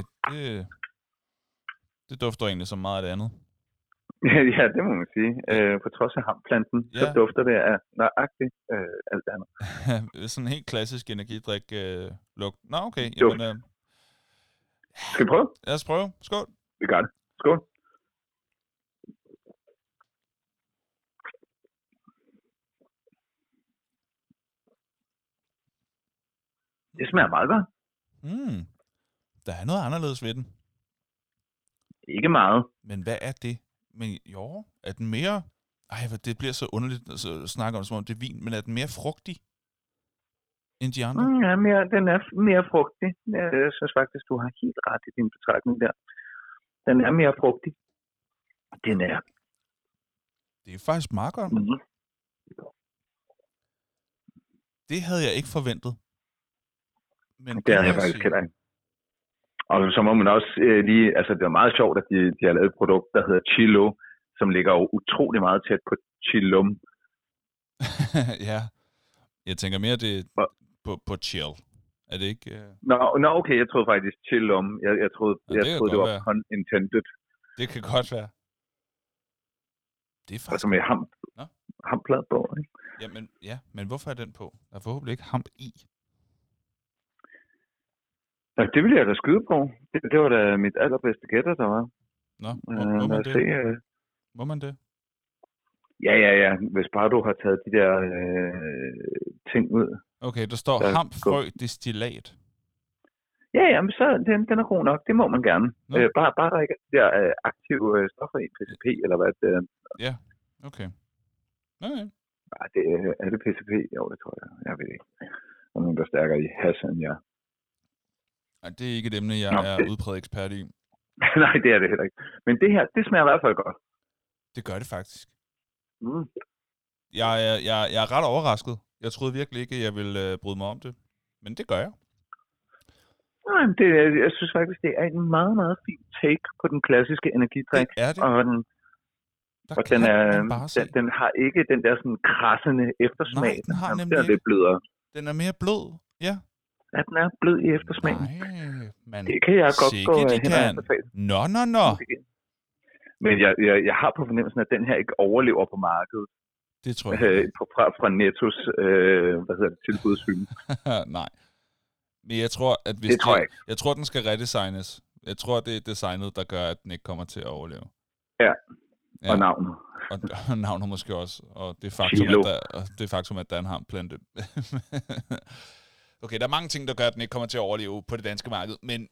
Det dufter egentlig som meget af det andet. Ja, det må man sige. På trods af hamplanten, så dufter det af nøjagtigt alt det andet. Sådan en helt klassisk energidrik lugt. Nå, okay. Jamen, skal vi prøve? Lad os prøve. Skål. Vi gør det. Skål. Det smager meget godt. Der er noget anderledes ved den. Ikke meget. Men hvad er det? Men jo, er den mere... det bliver så underligt at snakke om det, som om det er vin, men er den mere frugtig end de andre? Ja, den er mere frugtig. Jeg synes faktisk, du har helt ret i din betragtning der. Den er mere frugtig. Den er... Det er faktisk meget godt. Mm-hmm. Det havde jeg ikke forventet. Men det havde jeg faktisk heller ikke. Og så må man også altså det er meget sjovt, at de har lavet et produkt, der hedder Chilo, som ligger jo utrolig meget tæt på Chillum. Ja, jeg tænker mere det på chill. Er det ikke? Nå, okay, jeg troede faktisk Chillum. Jeg troede, det var pun intended. Det kan godt være. Det er faktisk... Altså med hamplad på, ikke? Men hvorfor er den på? Der er forhåbentlig ikke hamp i. Ja, det ville jeg da skyde på. Det var da mit allerbedste gætter, der var. Nå, må man det? Må man det? Ja. Hvis bare du har taget de der ting ud. Okay, der står hampfrø destillat. Ja, men så den er god nok. Det må man gerne. Bare der ikke er de der aktive stoffer i, PCP, eller hvad det er. Ja, okay. Okay. Er det PCP? Jo, det tror jeg. Jeg ved ikke. Der er nogen, der er stærkere i hash end jeg. Det er ikke et emne, jeg er udpræget ekspert i. Nej, det er det heller ikke. Men det her, det smager i hvert fald godt. Det gør det faktisk. Mm. Jeg er ret overrasket. Jeg troede virkelig ikke, at jeg ville bryde mig om det. Men det gør jeg. Nej, jeg synes faktisk, det er en meget, meget fin take på den klassiske energidrik. Det er det. Og den har ikke den der sådan krassende eftersmag. Nej, den har nemlig den er lidt blødere. Den er mere blød, ja. Ja, den er blød i eftersmagen. Nej, det kan jeg godt gå hen og anbefale. Nå. Men jeg har på fornemmelsen, at den her ikke overlever på markedet. Det tror jeg. Fra Nettos tilbudshylde. Nej. Men jeg tror, at hvis jeg tror, den skal redesignes. Jeg tror, det er designet, der gør, at den ikke kommer til at overleve. Ja. Og navnet. Og navnet måske også. Og det faktum, at der er en hamplante. Okay, der er mange ting, der gør, at den ikke kommer til at overleve på det danske marked.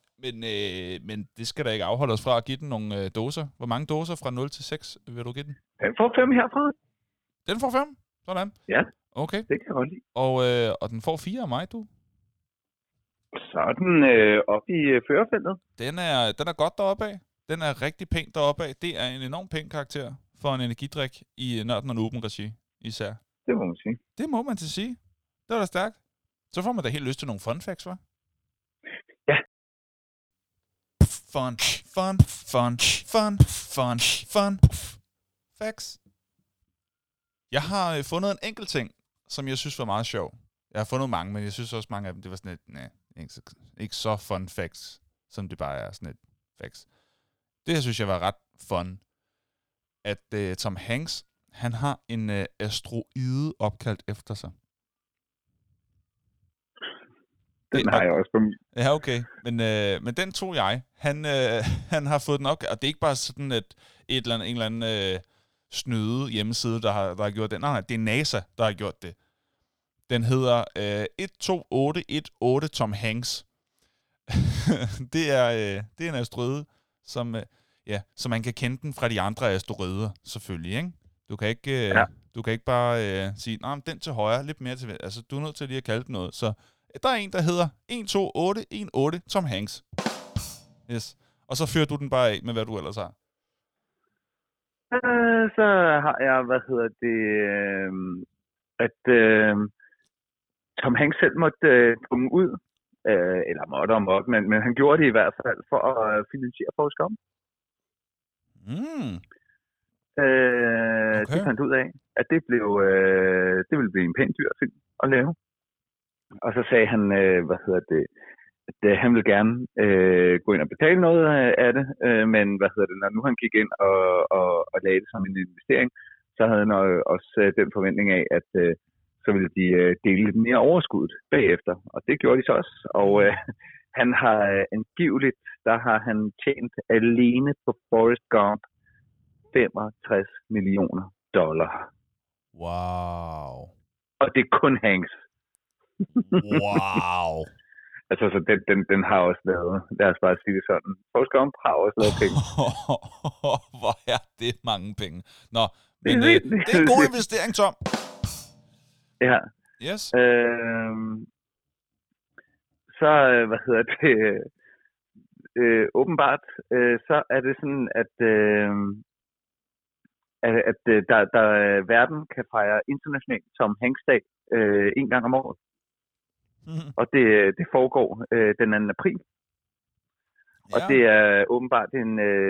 Men det skal da ikke afholde os fra at give den nogle doser. Hvor mange doser fra 0 til 6 vil du give den? Den får 5 herfra. Den får 5? Sådan. Ja, okay. Det kan jeg godt lide. Og den får 4 af mig, du? Så er den oppe i førerfeltet. Den er godt deroppe af. Den er rigtig pænt deroppe af. Det er en enormt pæn karakter for en energidrik i Nørden og Nuben-regi især. Det må man sige. Det må man til sige. Det var da stærkt. Så får man da helt lyst til nogle fun facts, hva'? Ja. Fun facts. Jeg har fundet en enkelt ting, som jeg synes var meget sjov. Jeg har fundet mange, men jeg synes også mange af dem, det var sådan et, ikke så fun facts, som det bare er sådan et facts. Det her synes jeg var ret fun, at Tom Hanks, han har en asteroide opkaldt efter sig. Den har jeg også på min. Ja, okay. Men den tog jeg. Han har fået den op, og det er ikke bare sådan en eller anden snyde hjemmeside, der har gjort det. Nej, det er NASA, der har gjort det. Den hedder 12818 Tom Hanks. det er en asteroide, som man kan kende den fra de andre asteroider, selvfølgelig, ikke? Du kan ikke bare sige, nej, den til højre, lidt mere til venstre. Altså, du er nødt til lige at kalde den noget. Så der er en, der hedder 12818 Tom Hanks. Yes. Og så fører du den bare af med, hvad du ellers har. Så har jeg, at Tom Hanks selv måtte komme ud, eller måtte, men han gjorde det i hvert fald for at finansiere Forrest Gump. Okay. Det fandt ud af, at det ville blive en pænt dyr film at lave. Og så sagde han, at han ville gerne gå ind og betale noget af det, men når nu han gik ind og lagde det som en investering, så havde han også den forventning af, at så ville de dele lidt mere overskuddet bagefter. Og det gjorde de så også. Og han har angiveligt, der har han tjent alene på Forrest Gump $65 million. Wow. Og det er kun Hanks. Wow. Altså, så den har også lavet, lad os bare sige det sådan. Forrest Gump har også lavet penge. Hvor er det mange penge. Nå, men det er en god investering, Tom. Ja. Yes. Så, åbenbart, så er det sådan, der verden kan fejre international Tom Hanks-dag en gang om året. Og det foregår den 2. april. Og det er åbenbart en,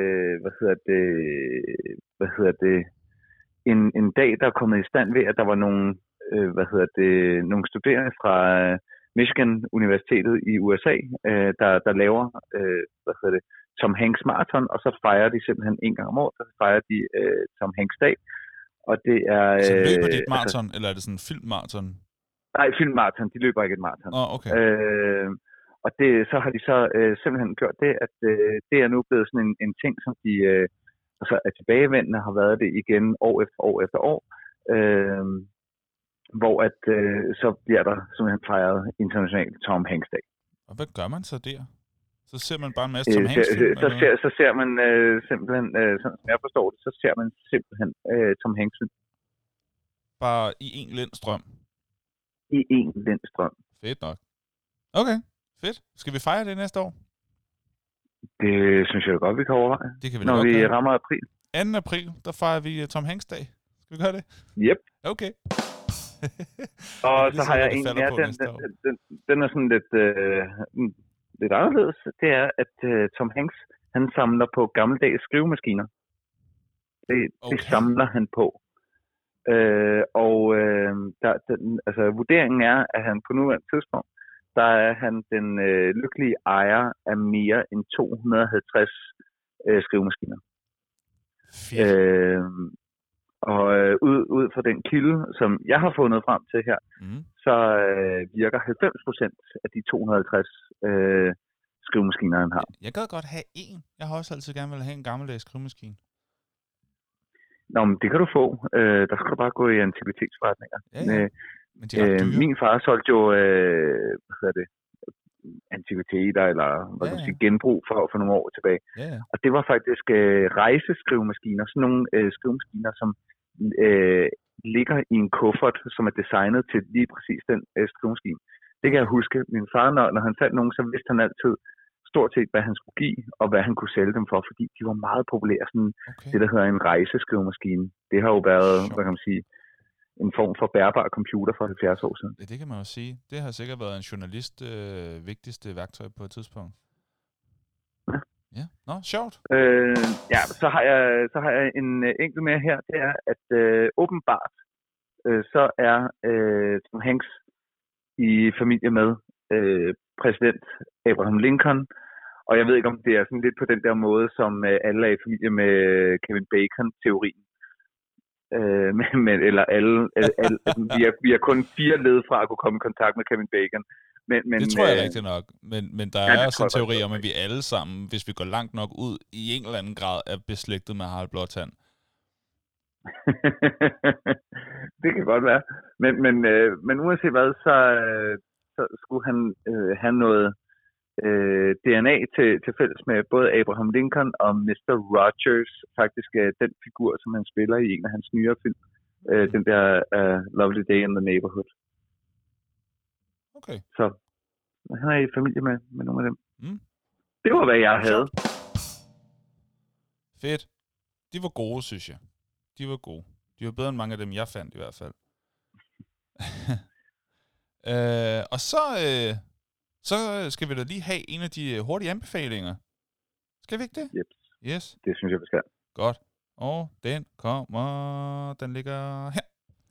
en dag, der er kommet i stand ved, at der var nogle, nogle studerende fra Michigan Universitetet i USA, der laver, Tom Hanks Marathon, og så fejrer de simpelthen en gang om året, så fejrer de Tom Hanks dag. Og det er... Så løber de et maraton, eller er det sådan en filmmaraton? Nej, filmmaraton. De løber ikke et maraton. Okay. Og så har de så simpelthen gjort det, at det er nu blevet sådan en ting, som de altså er tilbagevendende, har været det igen år efter år efter år. Hvor at så bliver der simpelthen fejret international Tom Hanks dag. Og hvad gør man så der? Så ser man bare en masse Tom Hanks film? Så ser man simpelthen, sådan som jeg forstår det, så ser man simpelthen Tom Hanks film. Bare i en lindstrøm? I en lindstrøm. Fedt nok. Okay, fedt. Skal vi fejre det næste år? Det synes jeg godt, vi kan overveje. Det kan vi når godt vi gøre. Rammer april. 2. april, der fejrer vi Tom Hanks dag. Skal vi gøre det? Yep. Okay. Og så har jeg en mere, den er sådan lidt anderledes. Det er, at Tom Hanks, han samler på gammeldags skrivemaskiner. Det samler han på. Altså vurderingen er, at han på nuværende tidspunkt, der er han den lykkelige ejer af mere end 250 skrivemaskiner. Ud fra den kilde, som jeg har fundet frem til her, så virker 90% af de 250 skrivemaskiner, han har. Jeg gad godt have en. Jeg har også altid gerne vil have en gammeldags skrivemaskine. Nå, men det kan du få. Der skal du bare gå i antikvitetsforretninger. Ja. Men de er min far solgte jo antikviteter eller genbrug for nogle år tilbage. Ja. Og det var faktisk rejseskrivemaskiner. Sådan nogle skrivemaskiner, som ligger i en kuffert, som er designet til lige præcis den skrivemaskine. Det kan jeg huske. Min far, når han fandt nogen, så vidste han altid stort set, hvad han skulle give, og hvad han kunne sælge dem for, fordi de var meget populære. Sådan det, der hedder en rejseskrivemaskine. Det har jo været, hvad kan man sige, en form for bærbar computer for 70 år siden. Det kan man jo sige. Det har sikkert været en journalist vigtigste værktøj på et tidspunkt. Ja. Nå, sjovt. Så har jeg en enkelt mere her. Det er, at åbenbart så er Tom Hanks i familie med præsident Abraham Lincoln, og jeg ved ikke, om det er sådan lidt på den der måde, som alle er i familie med Kevin Bacon-teorien. Eller alle vi er kun 4 led fra at kunne komme i kontakt med Kevin Bacon. Men, det tror jeg rigtig nok. Men der er også en teori om, at vi alle sammen, hvis vi går langt nok ud, i en eller anden grad er beslægtet med Harald Blåtand. Det kan godt være. Men uanset hvad, så skulle han have noget DNA til fælles med både Abraham Lincoln og Mr. Rogers, faktisk den figur, som han spiller i en af hans nyere film. Den der Lovely Day in the Neighborhood. Okay. Så han er i familie med nogle af dem. Det var, hvad jeg havde. Fedt. De var gode, synes jeg. De var gode. De var bedre end mange af dem, jeg fandt i hvert fald. Og så skal vi da lige have en af de hurtige anbefalinger. Skal vi ikke det? Yep. Yes. Det synes jeg, vi skal. Godt. Og den kommer... Den ligger her.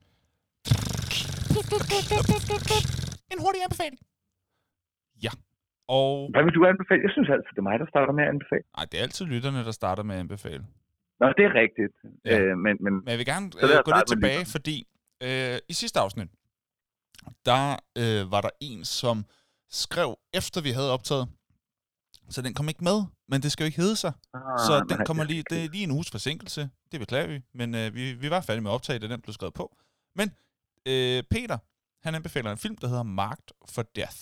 En hurtig anbefaling. Ja. Og... Hvad vil du anbefale? Jeg synes altid, det er mig, der starter med at anbefale. Nej, det er altid lytterne, der starter med at anbefale. Nå, det er rigtigt. Ja. Men jeg vil gerne gå lidt tilbage, fordi i sidste afsnit, der var der en, som skrev, efter vi havde optaget, så den kom ikke med, men det skal jo ikke hedde sig. Så den kommer lige, det er lige en uges forsinkelse, det beklager vi, men vi var færdige med at optage, da den blev skrevet på. Men Peter, han anbefaler en film, der hedder Marked for Death.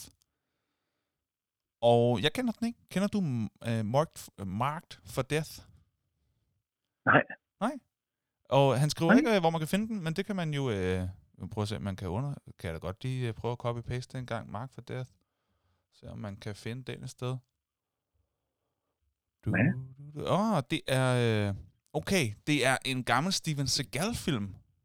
Og jeg kender den ikke. Kender du Marked for Death? Nej. Og han skriver ikke, hvor man kan finde den, men det kan man jo prøve at se, om man kan kan jeg da godt lige prøve at copy-paste en gang. Marked for Death. Se om man kan finde den et sted. Det er Okay, det er en gammel Steven Seagal-film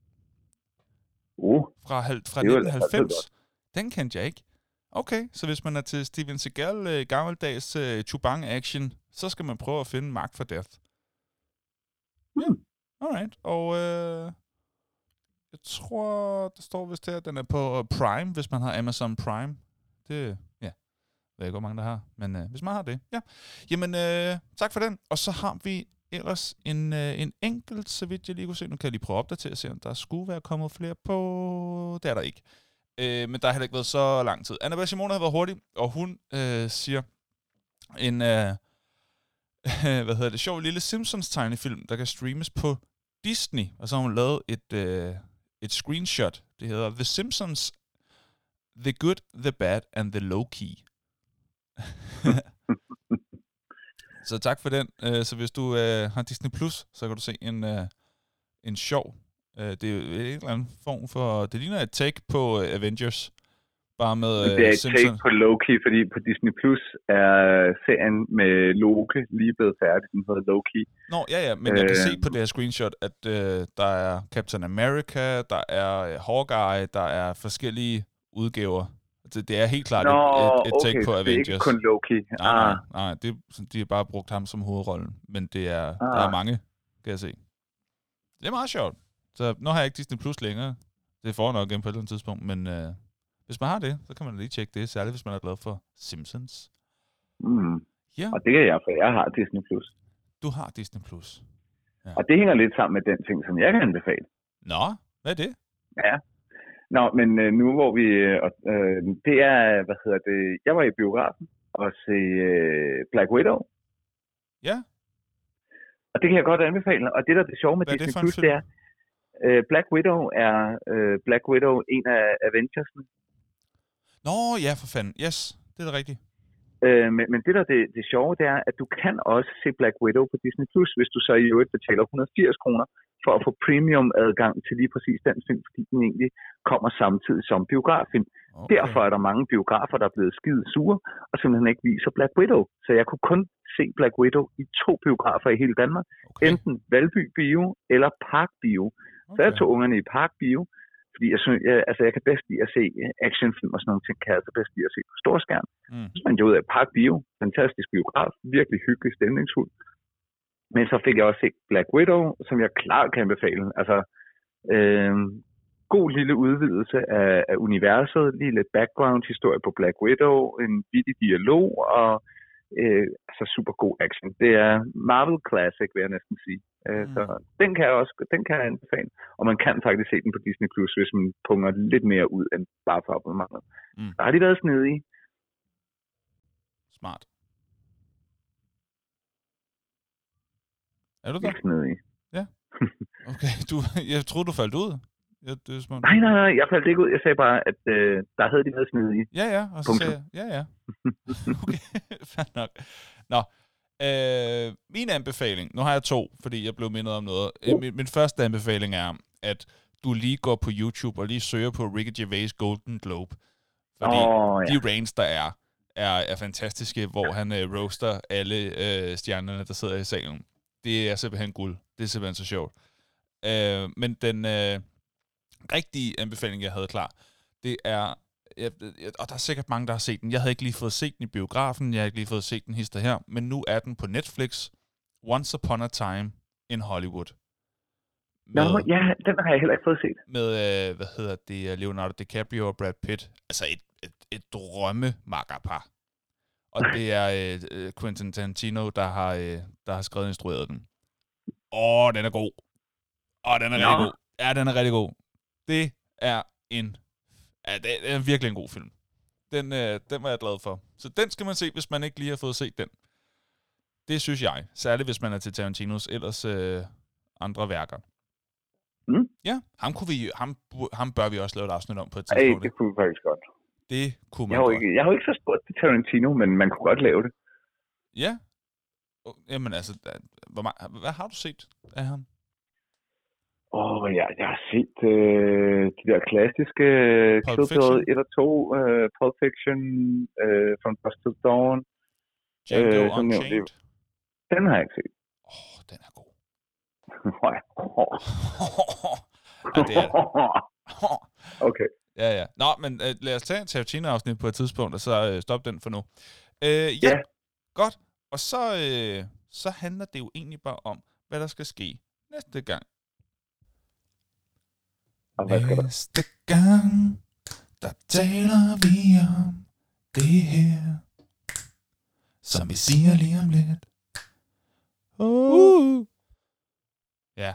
fra det er jo 1990. Den kendte jeg ikke. Okay, så hvis man er til Steven Seagal gammeldags Chubang-action, så skal man prøve at finde Mark for Death. Ja, alright. Og jeg tror, der står vist her, at den er på Prime, hvis man har Amazon Prime. Det, ja, ved jeg ikke, hvor mange der har, men hvis man har det, ja. Jamen, tak for den. Og så har vi ellers en enkelt, så vidt jeg lige kunne se. Nu kan jeg lige prøve at opdatere og se, om der skulle være kommet flere på. Det er der ikke. Men der har heller ikke været så lang tid. Annabelle Simone har været hurtig, og hun siger en sjov lille Simpsons tegnefilm, der kan streames på Disney. Og så har hun lavet et screenshot. Det hedder The Simpsons, The Good, The Bad and The Low Key. Så tak for den. Så hvis du har Disney Plus, så kan du se en sjov. Det er jo en eller anden form for. Det ligner et take på Avengers. Bare med det er et Simpsons. take på Loki, fordi på Disney Plus er serien med Loki lige blevet færdig. Den hedder Loki. Nå, ja, men jeg kan se på det her screenshot, at der er Captain America, der er Hawkeye, der er forskellige udgaver. Det er helt klart et take på Avengers. Det er ikke kun Loki. Nej, de har bare brugt ham som hovedrollen. Men der er mange, kan jeg se. Det er meget sjovt. Så nu har jeg ikke Disney Plus længere. Det får nok igen på et eller andet tidspunkt, men hvis man har det, så kan man lige tjekke det, særligt hvis man er glad for Simpsons. Ja. Og det kan jeg, for jeg har Disney Plus. Du har Disney Plus. Ja. Og det hænger lidt sammen med den ting, som jeg kan anbefale. Nå, hvad er det? Ja. Nå, men nu hvor vi... det er, jeg var i biografen og se Black Widow. Ja. Og det kan jeg godt anbefale. Og det, der er det sjove med Disney Plus, det er... Black Widow er Black Widow en af Avengers'ne. Nå, ja, for fanden. Yes, det er det rigtigt. Men det, der er det sjove, det er, at du kan også se Black Widow på Disney Plus, hvis du så i øvrigt betaler 180 kroner for at få premium adgang til lige præcis den film, fordi den egentlig kommer samtidig som biograffilm. Okay. Derfor er der mange biografer, der er blevet skide sure, og simpelthen ikke viser Black Widow. Så jeg kunne kun se Black Widow i 2 biografer i hele Danmark. Okay. Enten Valby Bio eller Park Bio. Okay. Så jeg tog ungerne i Park Bio, fordi jeg synes, jeg kan bedst lide at se actionfilm og sådan nogle ting, kan jeg altså bedst lide at se på storskærm. Så man jo ud af Park Bio, fantastisk biograf, virkelig hyggelig, stemningsfuld. Men så fik jeg også set Black Widow, som jeg klart kan anbefale. Altså, god lille udvidelse af universet, lige lidt background-historie på Black Widow, en vittig dialog og altså super god action. Det er Marvel Classic, vil jeg næsten sige. Så den kan jeg anbefale. Og man kan faktisk se den på Disney Plus, hvis man punger lidt mere ud end bare for abonnementet. Der har de været snedige. Smart. Er du der? Ikke snedige. Ja. Okay, jeg troede, du faldt ud. Nej, jeg faldt ikke ud. Jeg sagde bare, at der havde de været snedige. Ja, og så sagde jeg, ja. Okay, fair nok. Nå, min anbefaling, nu har jeg 2, fordi jeg blev mindet om noget. Min første anbefaling er, at du lige går på YouTube og lige søger på Ricky Gervais Golden Globe. Fordi de rants, der er fantastiske, hvor han roaster alle stjernerne, der sidder i salen. Det er simpelthen guld. Det er simpelthen så sjovt. Men den rigtige anbefaling, jeg havde klar, det er, og der er sikkert mange, der har set den. Jeg havde ikke lige fået set den i biografen, jeg har ikke lige fået set den hister her, men nu er den på Netflix. Once Upon a Time in Hollywood. Ja, den har jeg heller ikke fået set. Med, Leonardo DiCaprio og Brad Pitt. Altså et drømmemakkerpar. Og det er Quentin Tarantino, der har skrevet og instrueret den. Den er god. Den er rigtig god. Ja, den er rigtig god. Det er det er virkelig en god film. Den var jeg glad for. Så den skal man se, hvis man ikke lige har fået set den. Det synes jeg. Særligt, hvis man er til Tarantinos ellers andre værker. Ja, ham bør vi også lave et afsnit om på et tidspunkt. Det kunne vi faktisk godt. Det kunne man godt. Jeg har jo ikke så spurgt til Tarantino, men man kunne godt lave det. Ja. Jamen altså, hvad har du set af ham? Jeg har set de der klassiske Kill Bill 1 og 2, Pulp Fiction, From Dusk Till Dawn. Django Unchained. Den har jeg ikke set. Den er god. Ja, det er det. Okay. Ja. Nå, men lad os tage en Tarantino-afsnit på et tidspunkt, og så stop den for nu. Ja, godt. Og så handler det jo egentlig bare om, hvad der skal ske næste gang. Og hvad skal der? Næste gang, der taler vi om det her, som vi siger lige om lidt. Ja.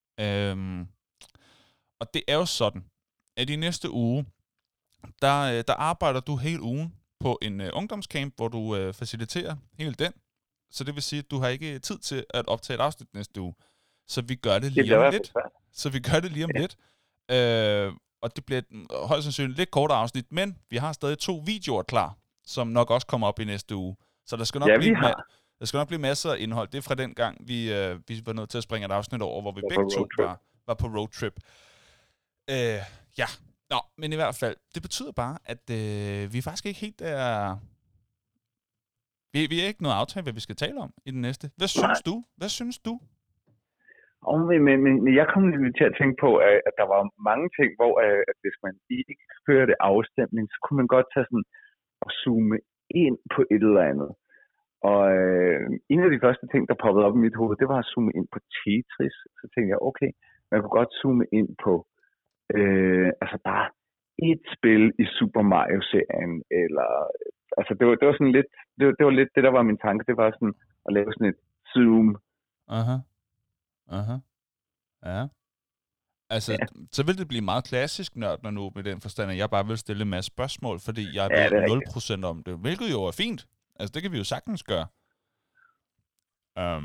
Og det er jo sådan, at i næste uge, der arbejder du hele ugen på en ungdomscamp, hvor du faciliterer hele den. Så det vil sige, at du har ikke tid til at optage et afsnit næste uge. Så vi gør det lige om lidt. Og det bliver højst sandsynligt lidt kortere afsnit, men vi har stadig 2 videoer klar, som nok også kommer op i næste uge. Så der skal nok blive masser af indhold. Det er fra den gang, vi var nødt til at springe et afsnit over, hvor vi begge to var på roadtrip. Ja. Nå, men i hvert fald, det betyder bare, at vi faktisk ikke helt er... Vi er ikke noget aftale, hvad vi skal tale om i den næste. Hvad synes du? Men jeg kom lidt til at tænke på, at der var mange ting, hvor at hvis man ikke førte afstemning, så kunne man godt tage sådan og zoome ind på et eller andet. Og en af de første ting, der poppede op i mit hoved, det var at zoome ind på Tetris. Så tænkte jeg, okay, man kunne godt zoome ind på altså bare et spil i Super Mario-serien, eller altså det var sådan lidt, det var lidt det, der var min tanke, det var sådan at lave sådan et zoom. Ja. Altså, så vil det blive meget klassisk nørd nu med den forstand, at jeg bare vil stille en masse spørgsmål, fordi jeg ved 0% om det, hvilket jo er fint. Altså, det kan vi jo sagtens gøre. Ja,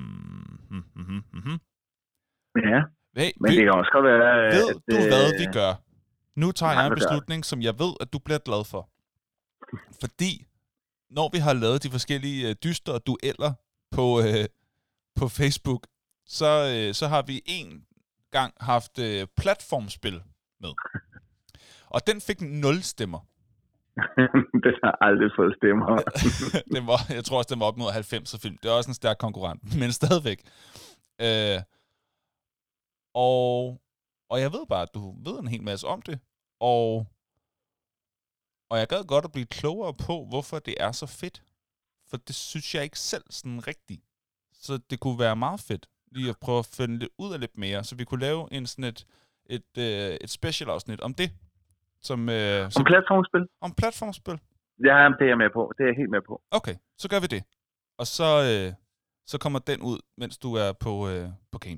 men det kan også godt være... Ved du, hvad vi gør? Nu tager jeg en beslutning, som jeg ved, at du bliver glad for. Fordi, når vi har lavet de forskellige dyster og dueller på Facebook, så har vi en gang haft platformspil med. Og den fik 0 stemmer. Den har aldrig fået stemmer. Jeg tror også, den var op mod 90 film. Det er også en stærk konkurrent, men stadigvæk. Og jeg ved bare, at du ved en hel masse om det. Og jeg gad godt at blive klogere på, hvorfor det er så fedt. For det synes jeg ikke selv sådan rigtigt. Så det kunne være meget fedt lige at prøve at finde lidt ud af lidt mere, så vi kunne lave en sådan et special afsnit om det. Om platformspil? Om platformspil. Ja, det er jeg med på. Det er jeg helt med på. Okay, så gør vi det. Og så kommer den ud, mens du er på camp.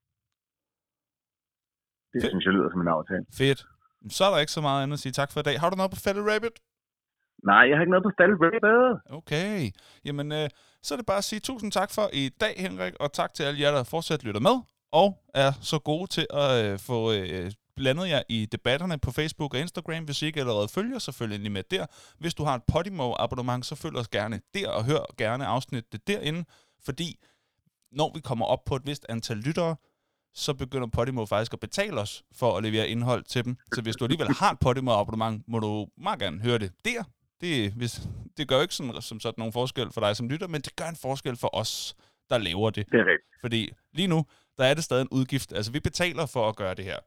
Det synes jeg lyder som en aftale. Fedt. Så er der ikke så meget andet at sige tak for i dag. Har du noget på Fælde Rabbit? Nej, jeg har ikke noget på Fælde Rabbit. Okay. Jamen, så er det bare at sige tusind tak for i dag, Henrik, og tak til alle jer, der fortsat lytter med, og er så gode til at få blandet jer i debatterne på Facebook og Instagram. Hvis I ikke allerede følger, så følg endelig med der. Hvis du har et Podimo-abonnement, så følg os gerne der, og hør gerne afsnittet derinde, fordi når vi kommer op på et vist antal lyttere, så begynder Podimo faktisk at betale os for at levere indhold til dem. Så hvis du alligevel har et Podimo-abonnement, må du meget gerne høre det der. Det gør jo ikke som sådan nogen forskel for dig som lytter, men det gør en forskel for os, der laver det. Det er rigtigt. Fordi lige nu, der er det stadig en udgift. Altså, vi betaler for at gøre det her.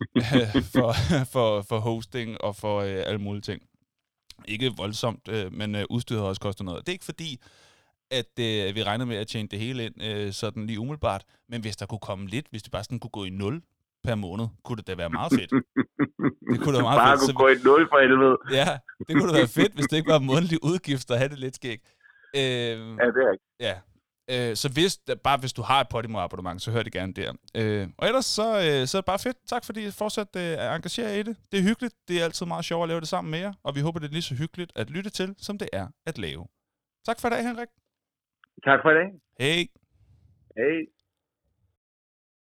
for hosting og for alle mulige ting. Ikke voldsomt, men udstyret har også kostet noget. Det er ikke fordi, at vi regner med at tjene det hele ind sådan lige umiddelbart, men hvis der kunne komme lidt, hvis det bare sådan kunne gå i 0 per måned, kunne det da være meget fedt. Det kunne da meget bare fedt. Bare kunne gå i 0 for helvede. Ja, det kunne da være fedt, hvis det ikke var månedlige udgifter at have det lidt skæg. Ja, det er rigtigt. Ja. Så hvis du har et Podimo-abonnement, så hør det gerne der. Og ellers så er det bare fedt. Tak fordi I fortsat engagerer jer i det. Det er hyggeligt. Det er altid meget sjovt at lave det sammen med jer. Og vi håber, det er lige så hyggeligt at lytte til, som det er at lave. Tak for i dag, Henrik. Tak for i dag. Hej. Hej.